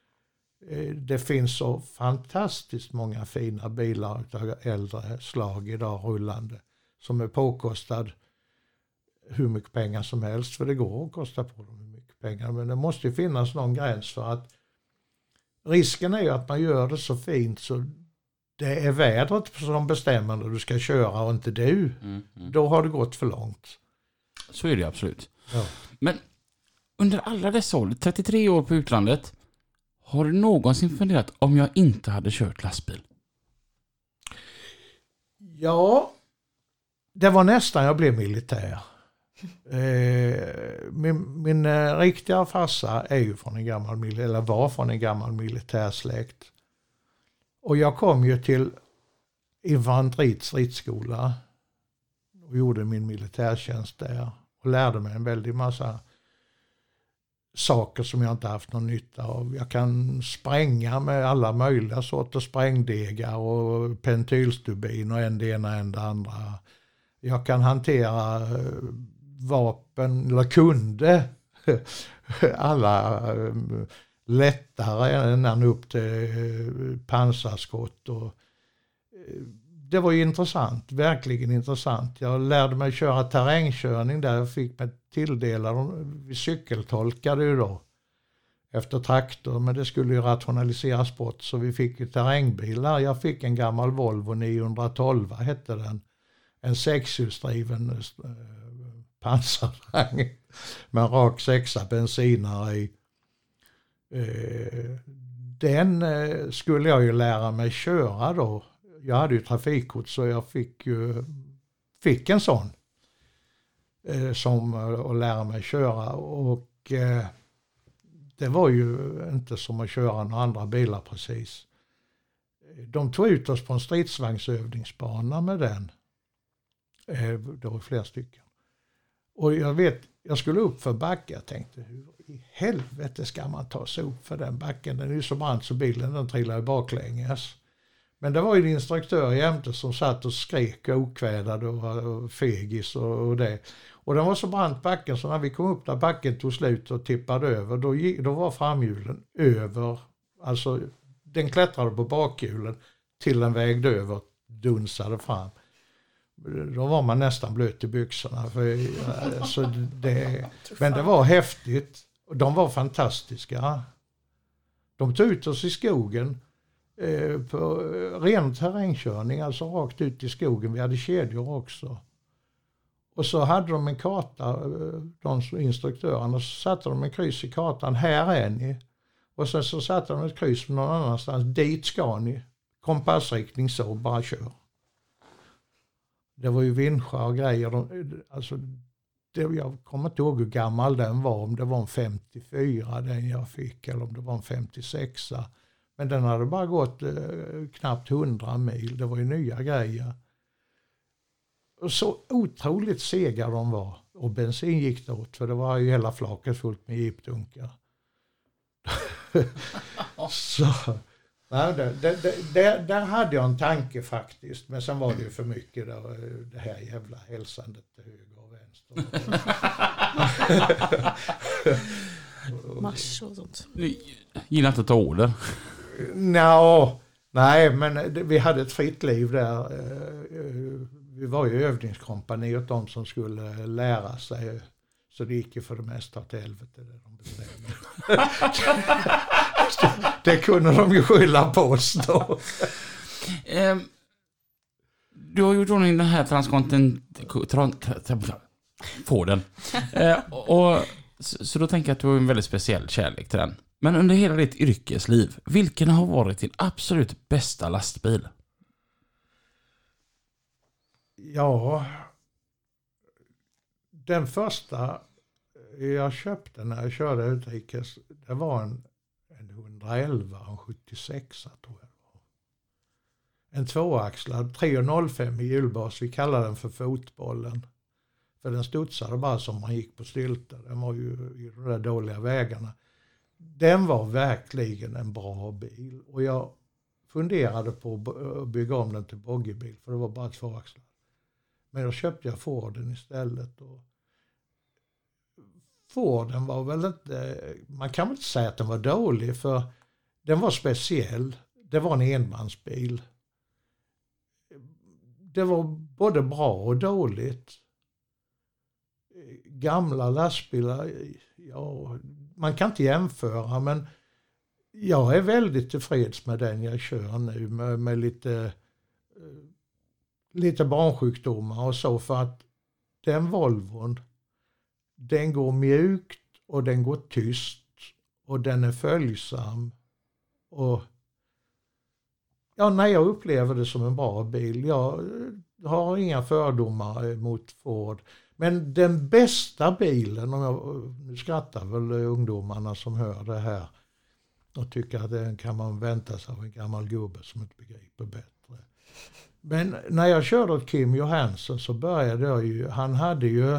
Det finns så fantastiskt många fina bilar av äldre slag idag rullande som är påkostad hur mycket pengar som helst, för det går att kosta på dem hur mycket pengar, men det måste ju finnas någon gräns, för att risken är ju att man gör det så fint så det är vädret som bestämmer när du ska köra och inte du. Mm, mm. Då har det gått för långt. Så är det absolut. Ja. Men under alla dessa år, trettiotre år på utlandet, har du någonsin funderat om jag inte hade kört lastbil? Ja, det var nästan jag blev militär. Eh, min min eh, riktiga farsa är ju från en gammal, eller var från en gammal militärsläkt. Och jag kom ju till infanteriets stridsskola och gjorde min militärtjänst där. Och lärde mig en väldigt massa saker som jag inte haft någon nytta av. Jag kan spränga med alla möjliga sorters sprängdegar och pentylstubin och en det ena en det andra. Jag kan hantera vapen, eller kunde alla lättare än upp till pansarskott. Och det var ju intressant, verkligen intressant. Jag lärde mig köra terrängkörning där jag fick mig tilldelad, vi cykeltolkade ju då efter traktor, men det skulle ju rationaliseras bort så vi fick ju terrängbilar. Jag fick en gammal Volvo niohundratolv hette den, en sexhjulsdriven pansarvagn med en rak sexa bensinare i. Den skulle jag ju lära mig köra då. Jag hade ju trafikkort så jag fick ju fick en sån eh, som att lära mig köra, och eh, det var ju inte som att köra några andra bilar precis. De tog ut oss på en stridsvagnsövningsbana med den. Eh, det var flera stycken. Och jag vet, jag skulle upp för backen. Jag tänkte, hur i helvete ska man ta sig upp för den backen? Den är ju så brant så bilen den trillar ju baklänges. Men det var ju en instruktör jämte som satt och skrek och okvädade och var fegis och, och det. Och den var så brant backen så när vi kom upp där backen tog slut och tippade över, då, gick, då var framhjulen över. Alltså den klättrade på bakhjulen till den vägde över, dunsade fram. Då var man nästan blöt i byxorna. För, alltså, det, men det var häftigt. De var fantastiska. De tog ut oss i skogen. På ren terrängkörning, alltså rakt ut i skogen. Vi hade kedjor också. Och så hade de en karta, de instruktörerna, så satte de en kryss i kartan. Här är ni. Och sen så satte de ett kryss någon annanstans. Dit ska ni. Kompassriktning så, bara kör. Det var ju vinschar och grejer. De, alltså, det, jag kommer inte ihåg hur gammal den var, om det var en femtiofyra den jag fick eller om det var en femtiosex. Men den hade bara gått eh, knappt hundra mil, det var ju nya grejer. Och så otroligt sega de var. Och bensin gick det åt, för det var ju hela flaket fullt med jeepdunkar. Så, nej, det, det, det, det, där hade jag en tanke faktiskt. Men sen var det ju för mycket då, det här jävla hälsandet till höger och vänster. Mars och sånt. Gillar inte att ta order. No, nej, men det, vi hade ett fritt liv där. Vi var ju övningskompani åt de som skulle lära sig. Så det gick ju för det mesta åt helvete det de bestämde. Det kunde de ju skylla på oss då. Eh, du har gjort ordning den här transkontinent... Får den. Eh, och, så, så då tänker jag att du har en väldigt speciell kärlek till den. Men under hela ditt yrkesliv, vilken har varit din absolut bästa lastbil? Ja, den första jag köpte när jag körde utrikes, det var en, en hundraelva, en sjuttiosex tror jag. En tvåaxlad, tre komma noll fem i hjulbas, vi kallar den för fotbollen. För den studsade bara som man gick på stylter, den var ju i de där dåliga vägarna. Den var verkligen en bra bil och jag funderade på att bygga om den till boggiebil, för det var bara tvåaxlad. Men då köpte jag Forden istället. Och Forden var väl inte, man kan väl inte säga att den var dålig, för den var speciell. Det var en enmansbil. Det var både bra och dåligt. Gamla lastbilar, ja, man kan inte jämföra, men jag är väldigt tillfreds med den jag kör nu med, med lite lite barnsjukdomar och så, för att den Volvon, den går mjukt och den går tyst och den är följsam och ja, när jag upplever det som en bra bil, jag har inga fördomar mot Ford, men den bästa bilen, om jag, nu skrattar väl ungdomarna som hör det här och tycker att den kan man vänta sig av en gammal gubbe som inte begriper bättre. Men när jag körde åt Kim Johansson så började jag ju, han hade ju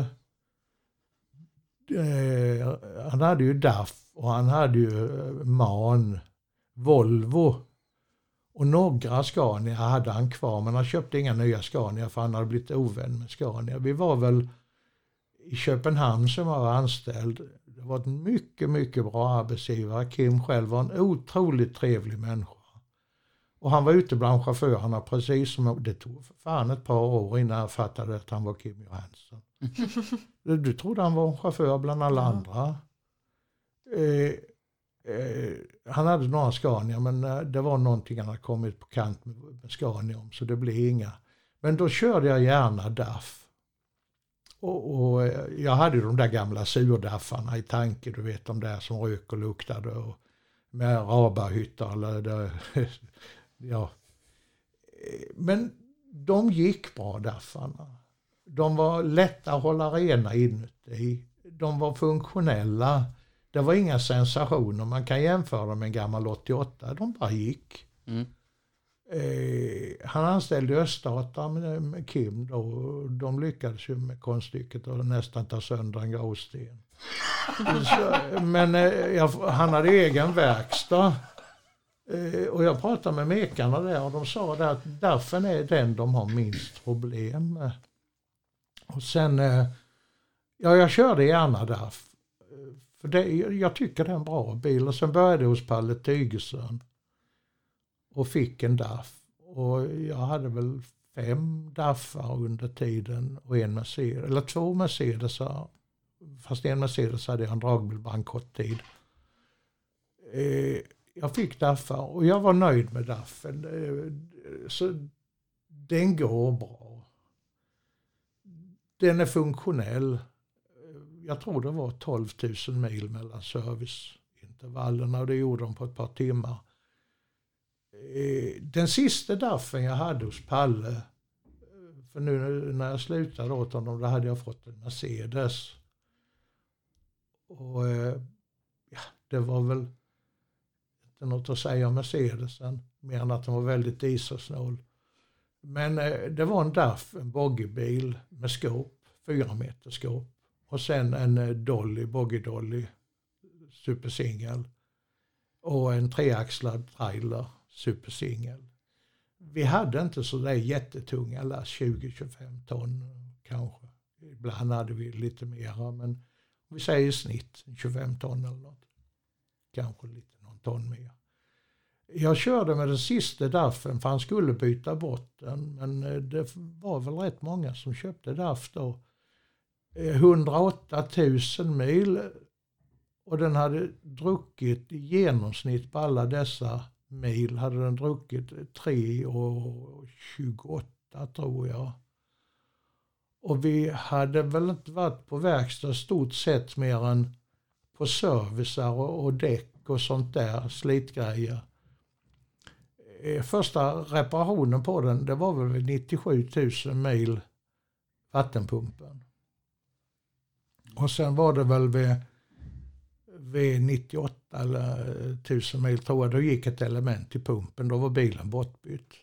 eh, han hade ju D A F och han hade ju MAN, Volvo och några Scania hade han kvar, men han köpte inga nya Scania för han hade blivit ovän med Scania. Vi var väl i Köpenhamn som var anställd. Det var en mycket, mycket bra arbetsgivare. Kim själv var en otroligt trevlig människa. Och han var ute bland chaufförerna precis som, det tog för fan ett par år innan jag fattade att han var Kim Johansson. Du, du trodde han var en chaufför bland alla mm. andra. Eh, eh, han hade några Scania, men eh, det var någonting han hade kommit på kant med, med Scania om, så det blev inga. Men då körde jag gärna D A F. Och, och jag hade ju de där gamla surdaffarna i tanke, du vet, de där som rök och luktade och med rabarhyttar eller det, ja. Men de gick bra, daffarna. De var lätta att hålla rena inuti. De var funktionella. Det var inga sensationer. Man kan jämföra med en gammal åttioåtta. De bara gick. Mm. Eh, han anställde Öststata med, med Kim då. De lyckades ju med konststycket och nästan ta sönder en gråsten. Så, men eh, jag, han hade egen verkstad. Eh, och jag pratade med mekarna där och de sa där att därför är den de har minst problem med. Och sen, eh, ja, jag körde gärna D A F. För det, jag tycker det är en bra bil. Och sen började jag hos Palle Tygesson och fick en D A F. Och jag hade väl fem D A F-ar under tiden och en Mercedes, eller två Mercedes. Fast en Mercedes hade jag en dragbil bara en kort tid. Eh, jag fick D A F-ar och jag var nöjd med D A F. Eh, så den går bra. Den är funktionell. Jag tror det var tolv tusen mil mellan serviceintervallerna och det gjorde de på ett par timmar. Den sista D A F-en jag hade hos Palle För nu när jag slutade åt honom, då hade jag fått en Mercedes. Och ja, det var väl inte något att säga om Mercedesen, mer än att den var väldigt dieselsnål. Men det var en D A F, en boggybil med skåp, fyra meter skåp. Och sen en Dolly, Boggy Dolly, supersingel. Och en treaxlad trailer, supersingel. Vi hade inte så där jättetunga last, tjugo till tjugofem ton kanske. Ibland hade vi lite mera, men vi säger i snitt tjugofem ton eller något. Kanske lite någon ton mer. Jag körde med den sista D A F:en för han skulle byta bort den. Men det var väl rätt många som köpte D A F då. hundraåtta tusen mil. Och den hade druckit i genomsnitt på alla dessa mil. Hade den druckit tre och tjugoåtta tror jag. Och vi hade väl inte varit på verkstad stort sett mer än på servicer och, och däck och sånt där, slitgrejer. Första reparationen på den, det var väl nittiosju tusen mil vattenpumpen. Och sen var det väl vid, vid nittioåtta eller tusen mil tror jag, då gick ett element i pumpen, då var bilen bortbytt.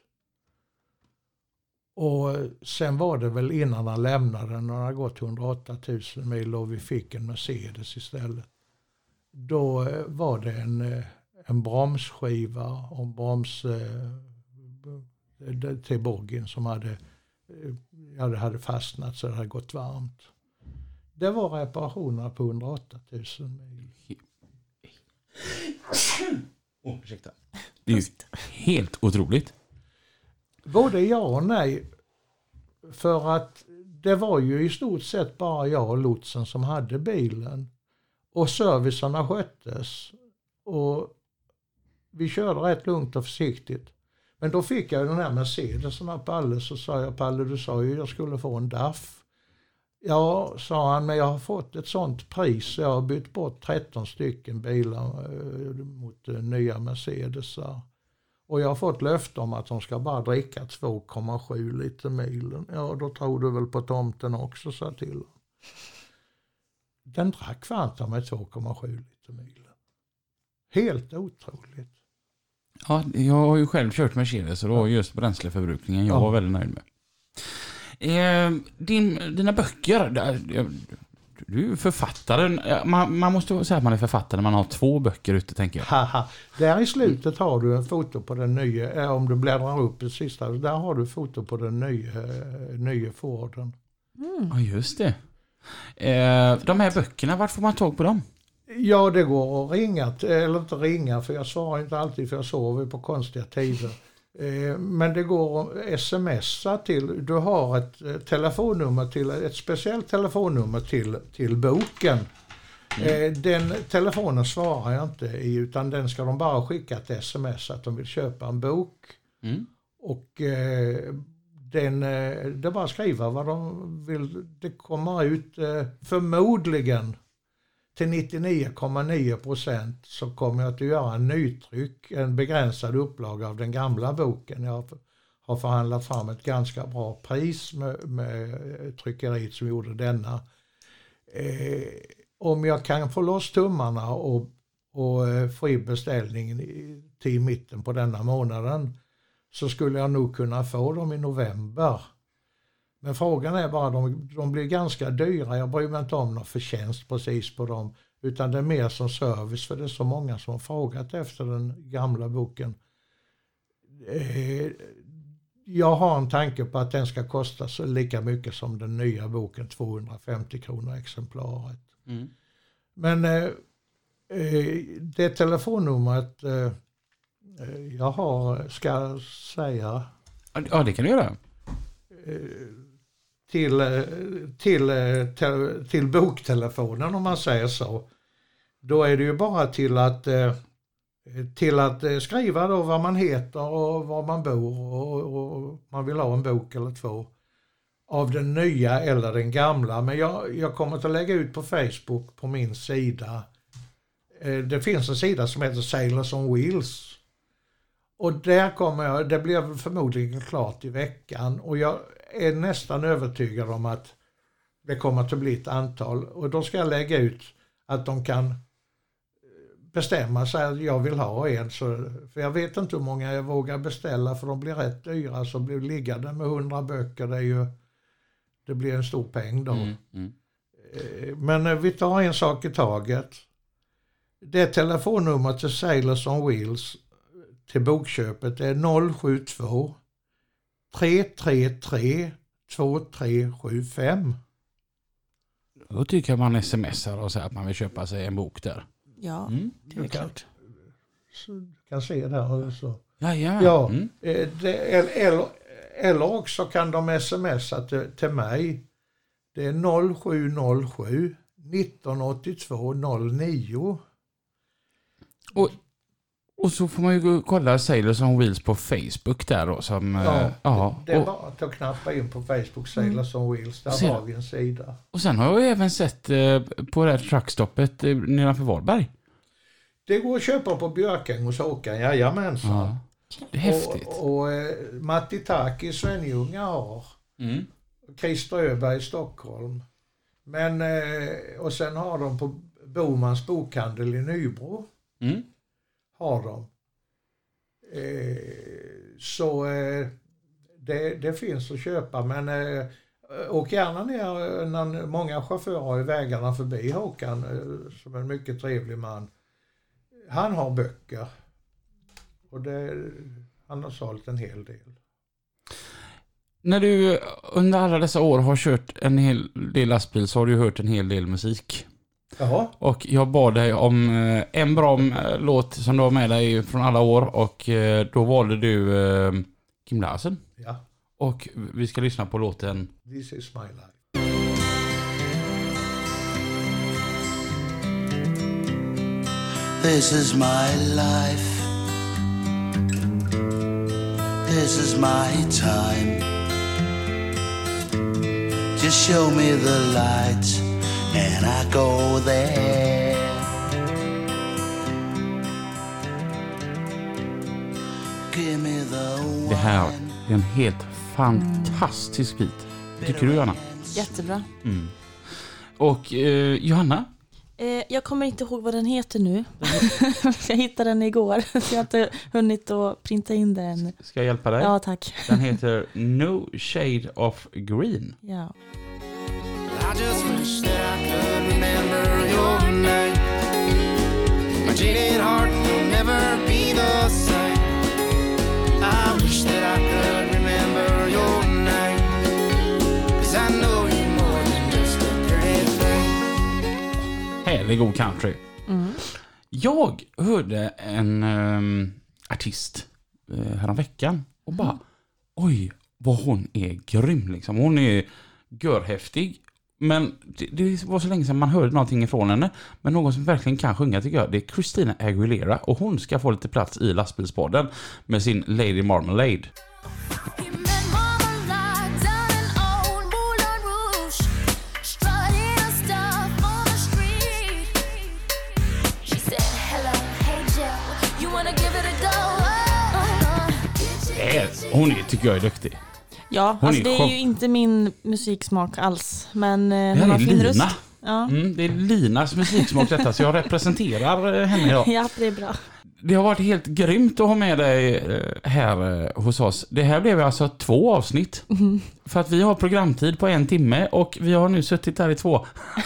Och sen var det väl innan han lämnade den, när det hade gått hundraåtta tusen mil och vi fick en Mercedes istället. Då var det en, en bromsskiva och en broms eh, till boggin som hade, ja, det hade fastnat så det hade gått varmt. Det var reparationerna på hundraåtta tusen mil. Oh, ursäkta. Det är ju helt otroligt. Både ja och nej. För att det var ju i stort sett bara jag och lotsen som hade bilen. Och servicerna sköttes. Och vi körde rätt lugnt och försiktigt. Men då fick jag den här Mercedesen av Palle, så sa jag, Palle, du sa ju jag skulle få en D A F. Ja, sa han, men jag har fått ett sånt pris. Jag har bytt bort tretton stycken bilar eh, mot eh, nya Mercedesar. Och jag har fått löfte om att de ska bara dricka två komma sju liter milen. Ja, då tror du väl på tomten också, sa till. Den drack fanta med två komma sju liter milen. Helt otroligt. Ja, jag har ju själv kört Mercedes och då just bränsleförbrukningen jag ja. var väldigt nöjd med. Eh, din, dina böcker, du är författare. Man, man måste säga att man är författare när man har två böcker ute, tänker jag. Haha. Där i slutet har du en foto på den nya, om du bläddrar upp det sista, där har du foto på den nya, nya Forden. Mm. Ja, just det. Eh, de här böckerna, vart får man tag på dem? Ja, det går att ringa, eller inte ringa, för jag svarar inte alltid för jag sover på konstiga tider. Men det går att smsa till, du har ett telefonnummer till, ett speciellt telefonnummer till, till boken. Mm. Den telefonen svarar jag inte i, utan den ska de bara skicka ett sms att de vill köpa en bok. Mm. Och den, det är bara att skriva vad de vill. Det kommer ut förmodligen till nittionio komma nio procent så kommer jag att göra en nytryck, en begränsad upplaga av den gamla boken. Jag har förhandlat fram ett ganska bra pris med, med tryckeriet som gjorde denna. Eh, om jag kan få loss tummarna och, och få in beställningen i, till mitten på denna månaden så skulle jag nog kunna få dem i november. Men frågan är bara, de, de blir ganska dyra. Jag bryr mig inte om någon förtjänst precis på dem. Utan det är mer som service, för det är så många som har frågat efter den gamla boken. Eh, jag har en tanke på att den ska kosta så lika mycket som den nya boken, tvåhundrafemtio kronor exemplaret. Mm. Men eh, det telefonnumret eh, jag har, ska säga... Ja, det kan du göra. Eh, Till, till, till, till boktelefonen, om man säger så. Då är det ju bara till att, till att skriva då vad man heter och var man bor och, och man vill ha en bok eller två av den nya eller den gamla. Men jag, jag kommer att lägga ut på Facebook på min sida. Det finns en sida som heter Sailors on Wheels. Och där kommer jag, det blir förmodligen klart i veckan. Och jag är nästan övertygad om att det kommer att bli ett antal. Och då ska jag lägga ut att de kan bestämma sig att jag vill ha en. Så, för jag vet inte hur många jag vågar beställa, för de blir rätt dyra. Så blir liggande med hundra böcker, det är ju det blir en stor peng då. Mm, mm. Men vi tar en sak i taget. Det telefonnummer till Sailors on Wheels till bokköpet är noll sju två tre tre tre två tre sju fem. Då tycker jag man smsar och säger att man vill köpa sig en bok där. Ja, mm. det är du klart. Kan, du kan se där. Så. Ja, ja. ja mm. det, eller, eller också kan de smsa till, till mig. Det är noll sju noll sju nitton åttiotvå noll nio. Och, och så får man ju kolla Sailors on Wheels på Facebook där då. Som, ja, äh, ja, det är och, bara att knappa in på Facebook Sailors on Wheels. Där sen, har vi en sida. Och sen har jag även sett eh, på det här truckstoppet eh, nedanför Varberg. Det går att köpa på Björkäng hos Håkan, jajamensan. Ja, det är häftigt. Och, och eh, Matti Taki, Svenljunga har. Mm. Christer Öberg i Stockholm. Men, eh, och sen har de på Bomans bokhandel i Nybro. Mm. Har de. Eh, så eh, det, det finns att köpa, men eh, åk gärna ner när många chaufförer har i vägarna förbi Håkan, eh, som en mycket trevlig man. Han har böcker. Och det, han har sålt en hel del. När du under alla dessa år har kört en hel del lastbil så har du hört en hel del musik. Jaha. Och jag bad dig om en bra låt som du har med dig från alla år och då valde du Kim Larsen. Ja. Och vi ska lyssna på låten This is my life. This is my life. This is my time. Just show me the light and I go there. Give me the wine. Det här är en helt fantastisk bit. Tycker du, Johanna? Jättebra. Mm. Och eh, Johanna? Eh, jag kommer inte ihåg vad den heter nu. Jag hittade den igår, så jag har inte hunnit att printa in den. Ska jag hjälpa dig? Ja, tack. Den heter No Shade of Green. Ja. I just wish that I could remember your name. My jaded heart will never be the same. I wish that I could remember your name. 'Cause I know you more than just a pretty thing. Härlig god country. Mm. Jag hörde en um, artist uh, häromveckan och bara, mm. oj, vad hon är grym liksom. Hon är görhäftig. Men det, det var så länge sedan man hörde någonting ifrån henne. Men någon som verkligen kan sjunga tycker jag, det är Christina Aguilera. Och hon ska få lite plats i lastbilspodden med sin Lady Marmalade. Hon är, tycker jag är duktig. Ja, alltså är det är ju inte min musiksmak alls. Men eh, det hon har är fin Lina. röst. Ja. Mm, det är Linas musiksmak detta, så jag representerar henne idag. Ja, det är bra. Det har varit helt grymt att ha med dig här hos oss. Det här blev alltså två avsnitt. Mm. För att vi har programtid på en timme och vi har nu suttit här i två.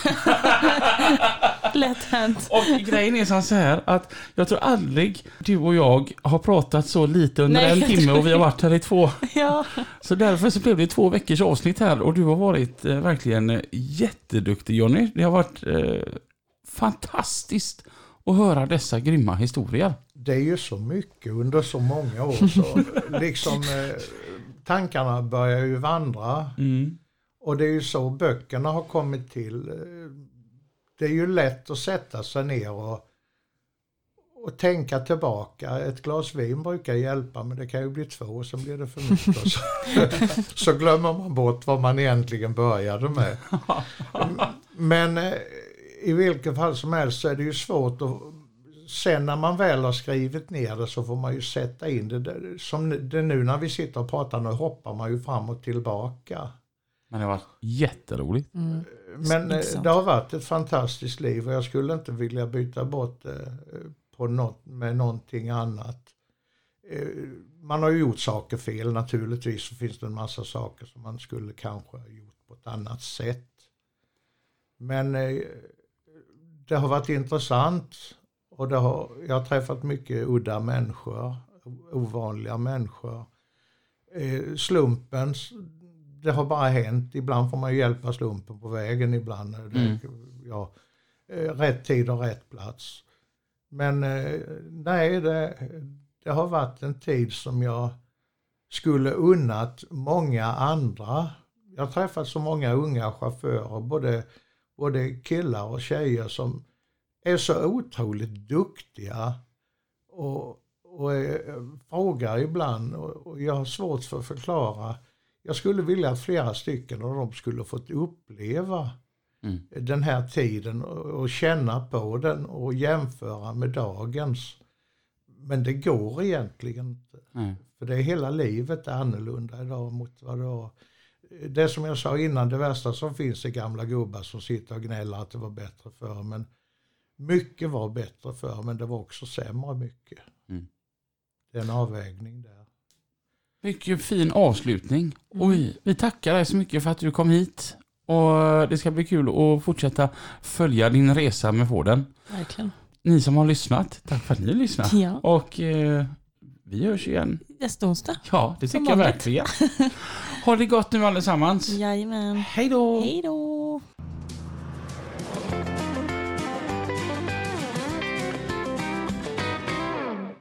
Lätt hänt. Och grejen är så här att jag tror aldrig du och jag har pratat så lite under Nej, en timme och vi har varit här i två. Ja. Så därför så blev det två veckors avsnitt här och du har varit eh, verkligen jätteduktig, Johnny. Det har varit eh, fantastiskt att höra dessa grymma historier. Det är ju så mycket under så många år så liksom eh, tankarna börjar ju vandra. Mm. Och det är ju så böckerna har kommit till. Det är ju lätt att sätta sig ner och, och tänka tillbaka. Ett glas vin brukar hjälpa, men det kan ju bli två och så blir det för mycket. Så, så glömmer man bort vad man egentligen började med. Men i vilket fall som helst så är det ju svårt att sen när man väl har skrivit ner det så får man ju sätta in det. Där. Som det nu när vi sitter och pratar, nu hoppar man ju fram och tillbaka. Men det var jätteroligt. Mm. Men eh, Intressant. det har varit ett fantastiskt liv och jag skulle inte vilja byta bort det på något, med någonting annat. Eh, man har ju gjort saker fel naturligtvis, så finns det en massa saker som man skulle kanske ha gjort på ett annat sätt. Men eh, det har varit intressant och det har, jag har träffat mycket udda människor, ovanliga människor. Eh, slumpen, det har bara hänt. Ibland får man ju hjälpa slumpen på vägen, ibland är det, Mm. ja, eh, rätt tid och rätt plats. Men eh, nej, det, det har varit en tid som jag skulle unnat många andra. Jag har träffat så många unga chaufförer, både, både killar och tjejer som är så otroligt duktiga och, och är, frågar ibland och, och jag har svårt för att förklara. Jag skulle vilja att flera stycken av dem skulle fått uppleva Mm. den här tiden och, och känna på den och jämföra med dagens. Men det går egentligen inte. Mm. För det är hela livet är annorlunda idag mot vad det var. Det som jag sa innan, det värsta som finns är gamla gubbar som sitter och gnäller att det var bättre förr. Men mycket var bättre förr, men det var också sämre mycket. Mm. Det är en avvägning där. Mycket fin avslutning. Och vi, vi tackar dig så mycket för att du kom hit. Och det ska bli kul att fortsätta följa din resa med Forden. Verkligen. Ni som har lyssnat, tack för att ni har lyssnat. Ja. Och eh, vi hörs igen. Nästa onsdag. Ja, det Som tycker jag vanligt. verkligen. Ha det gott nu allesammans. Jajamän. Hej då! Hej då!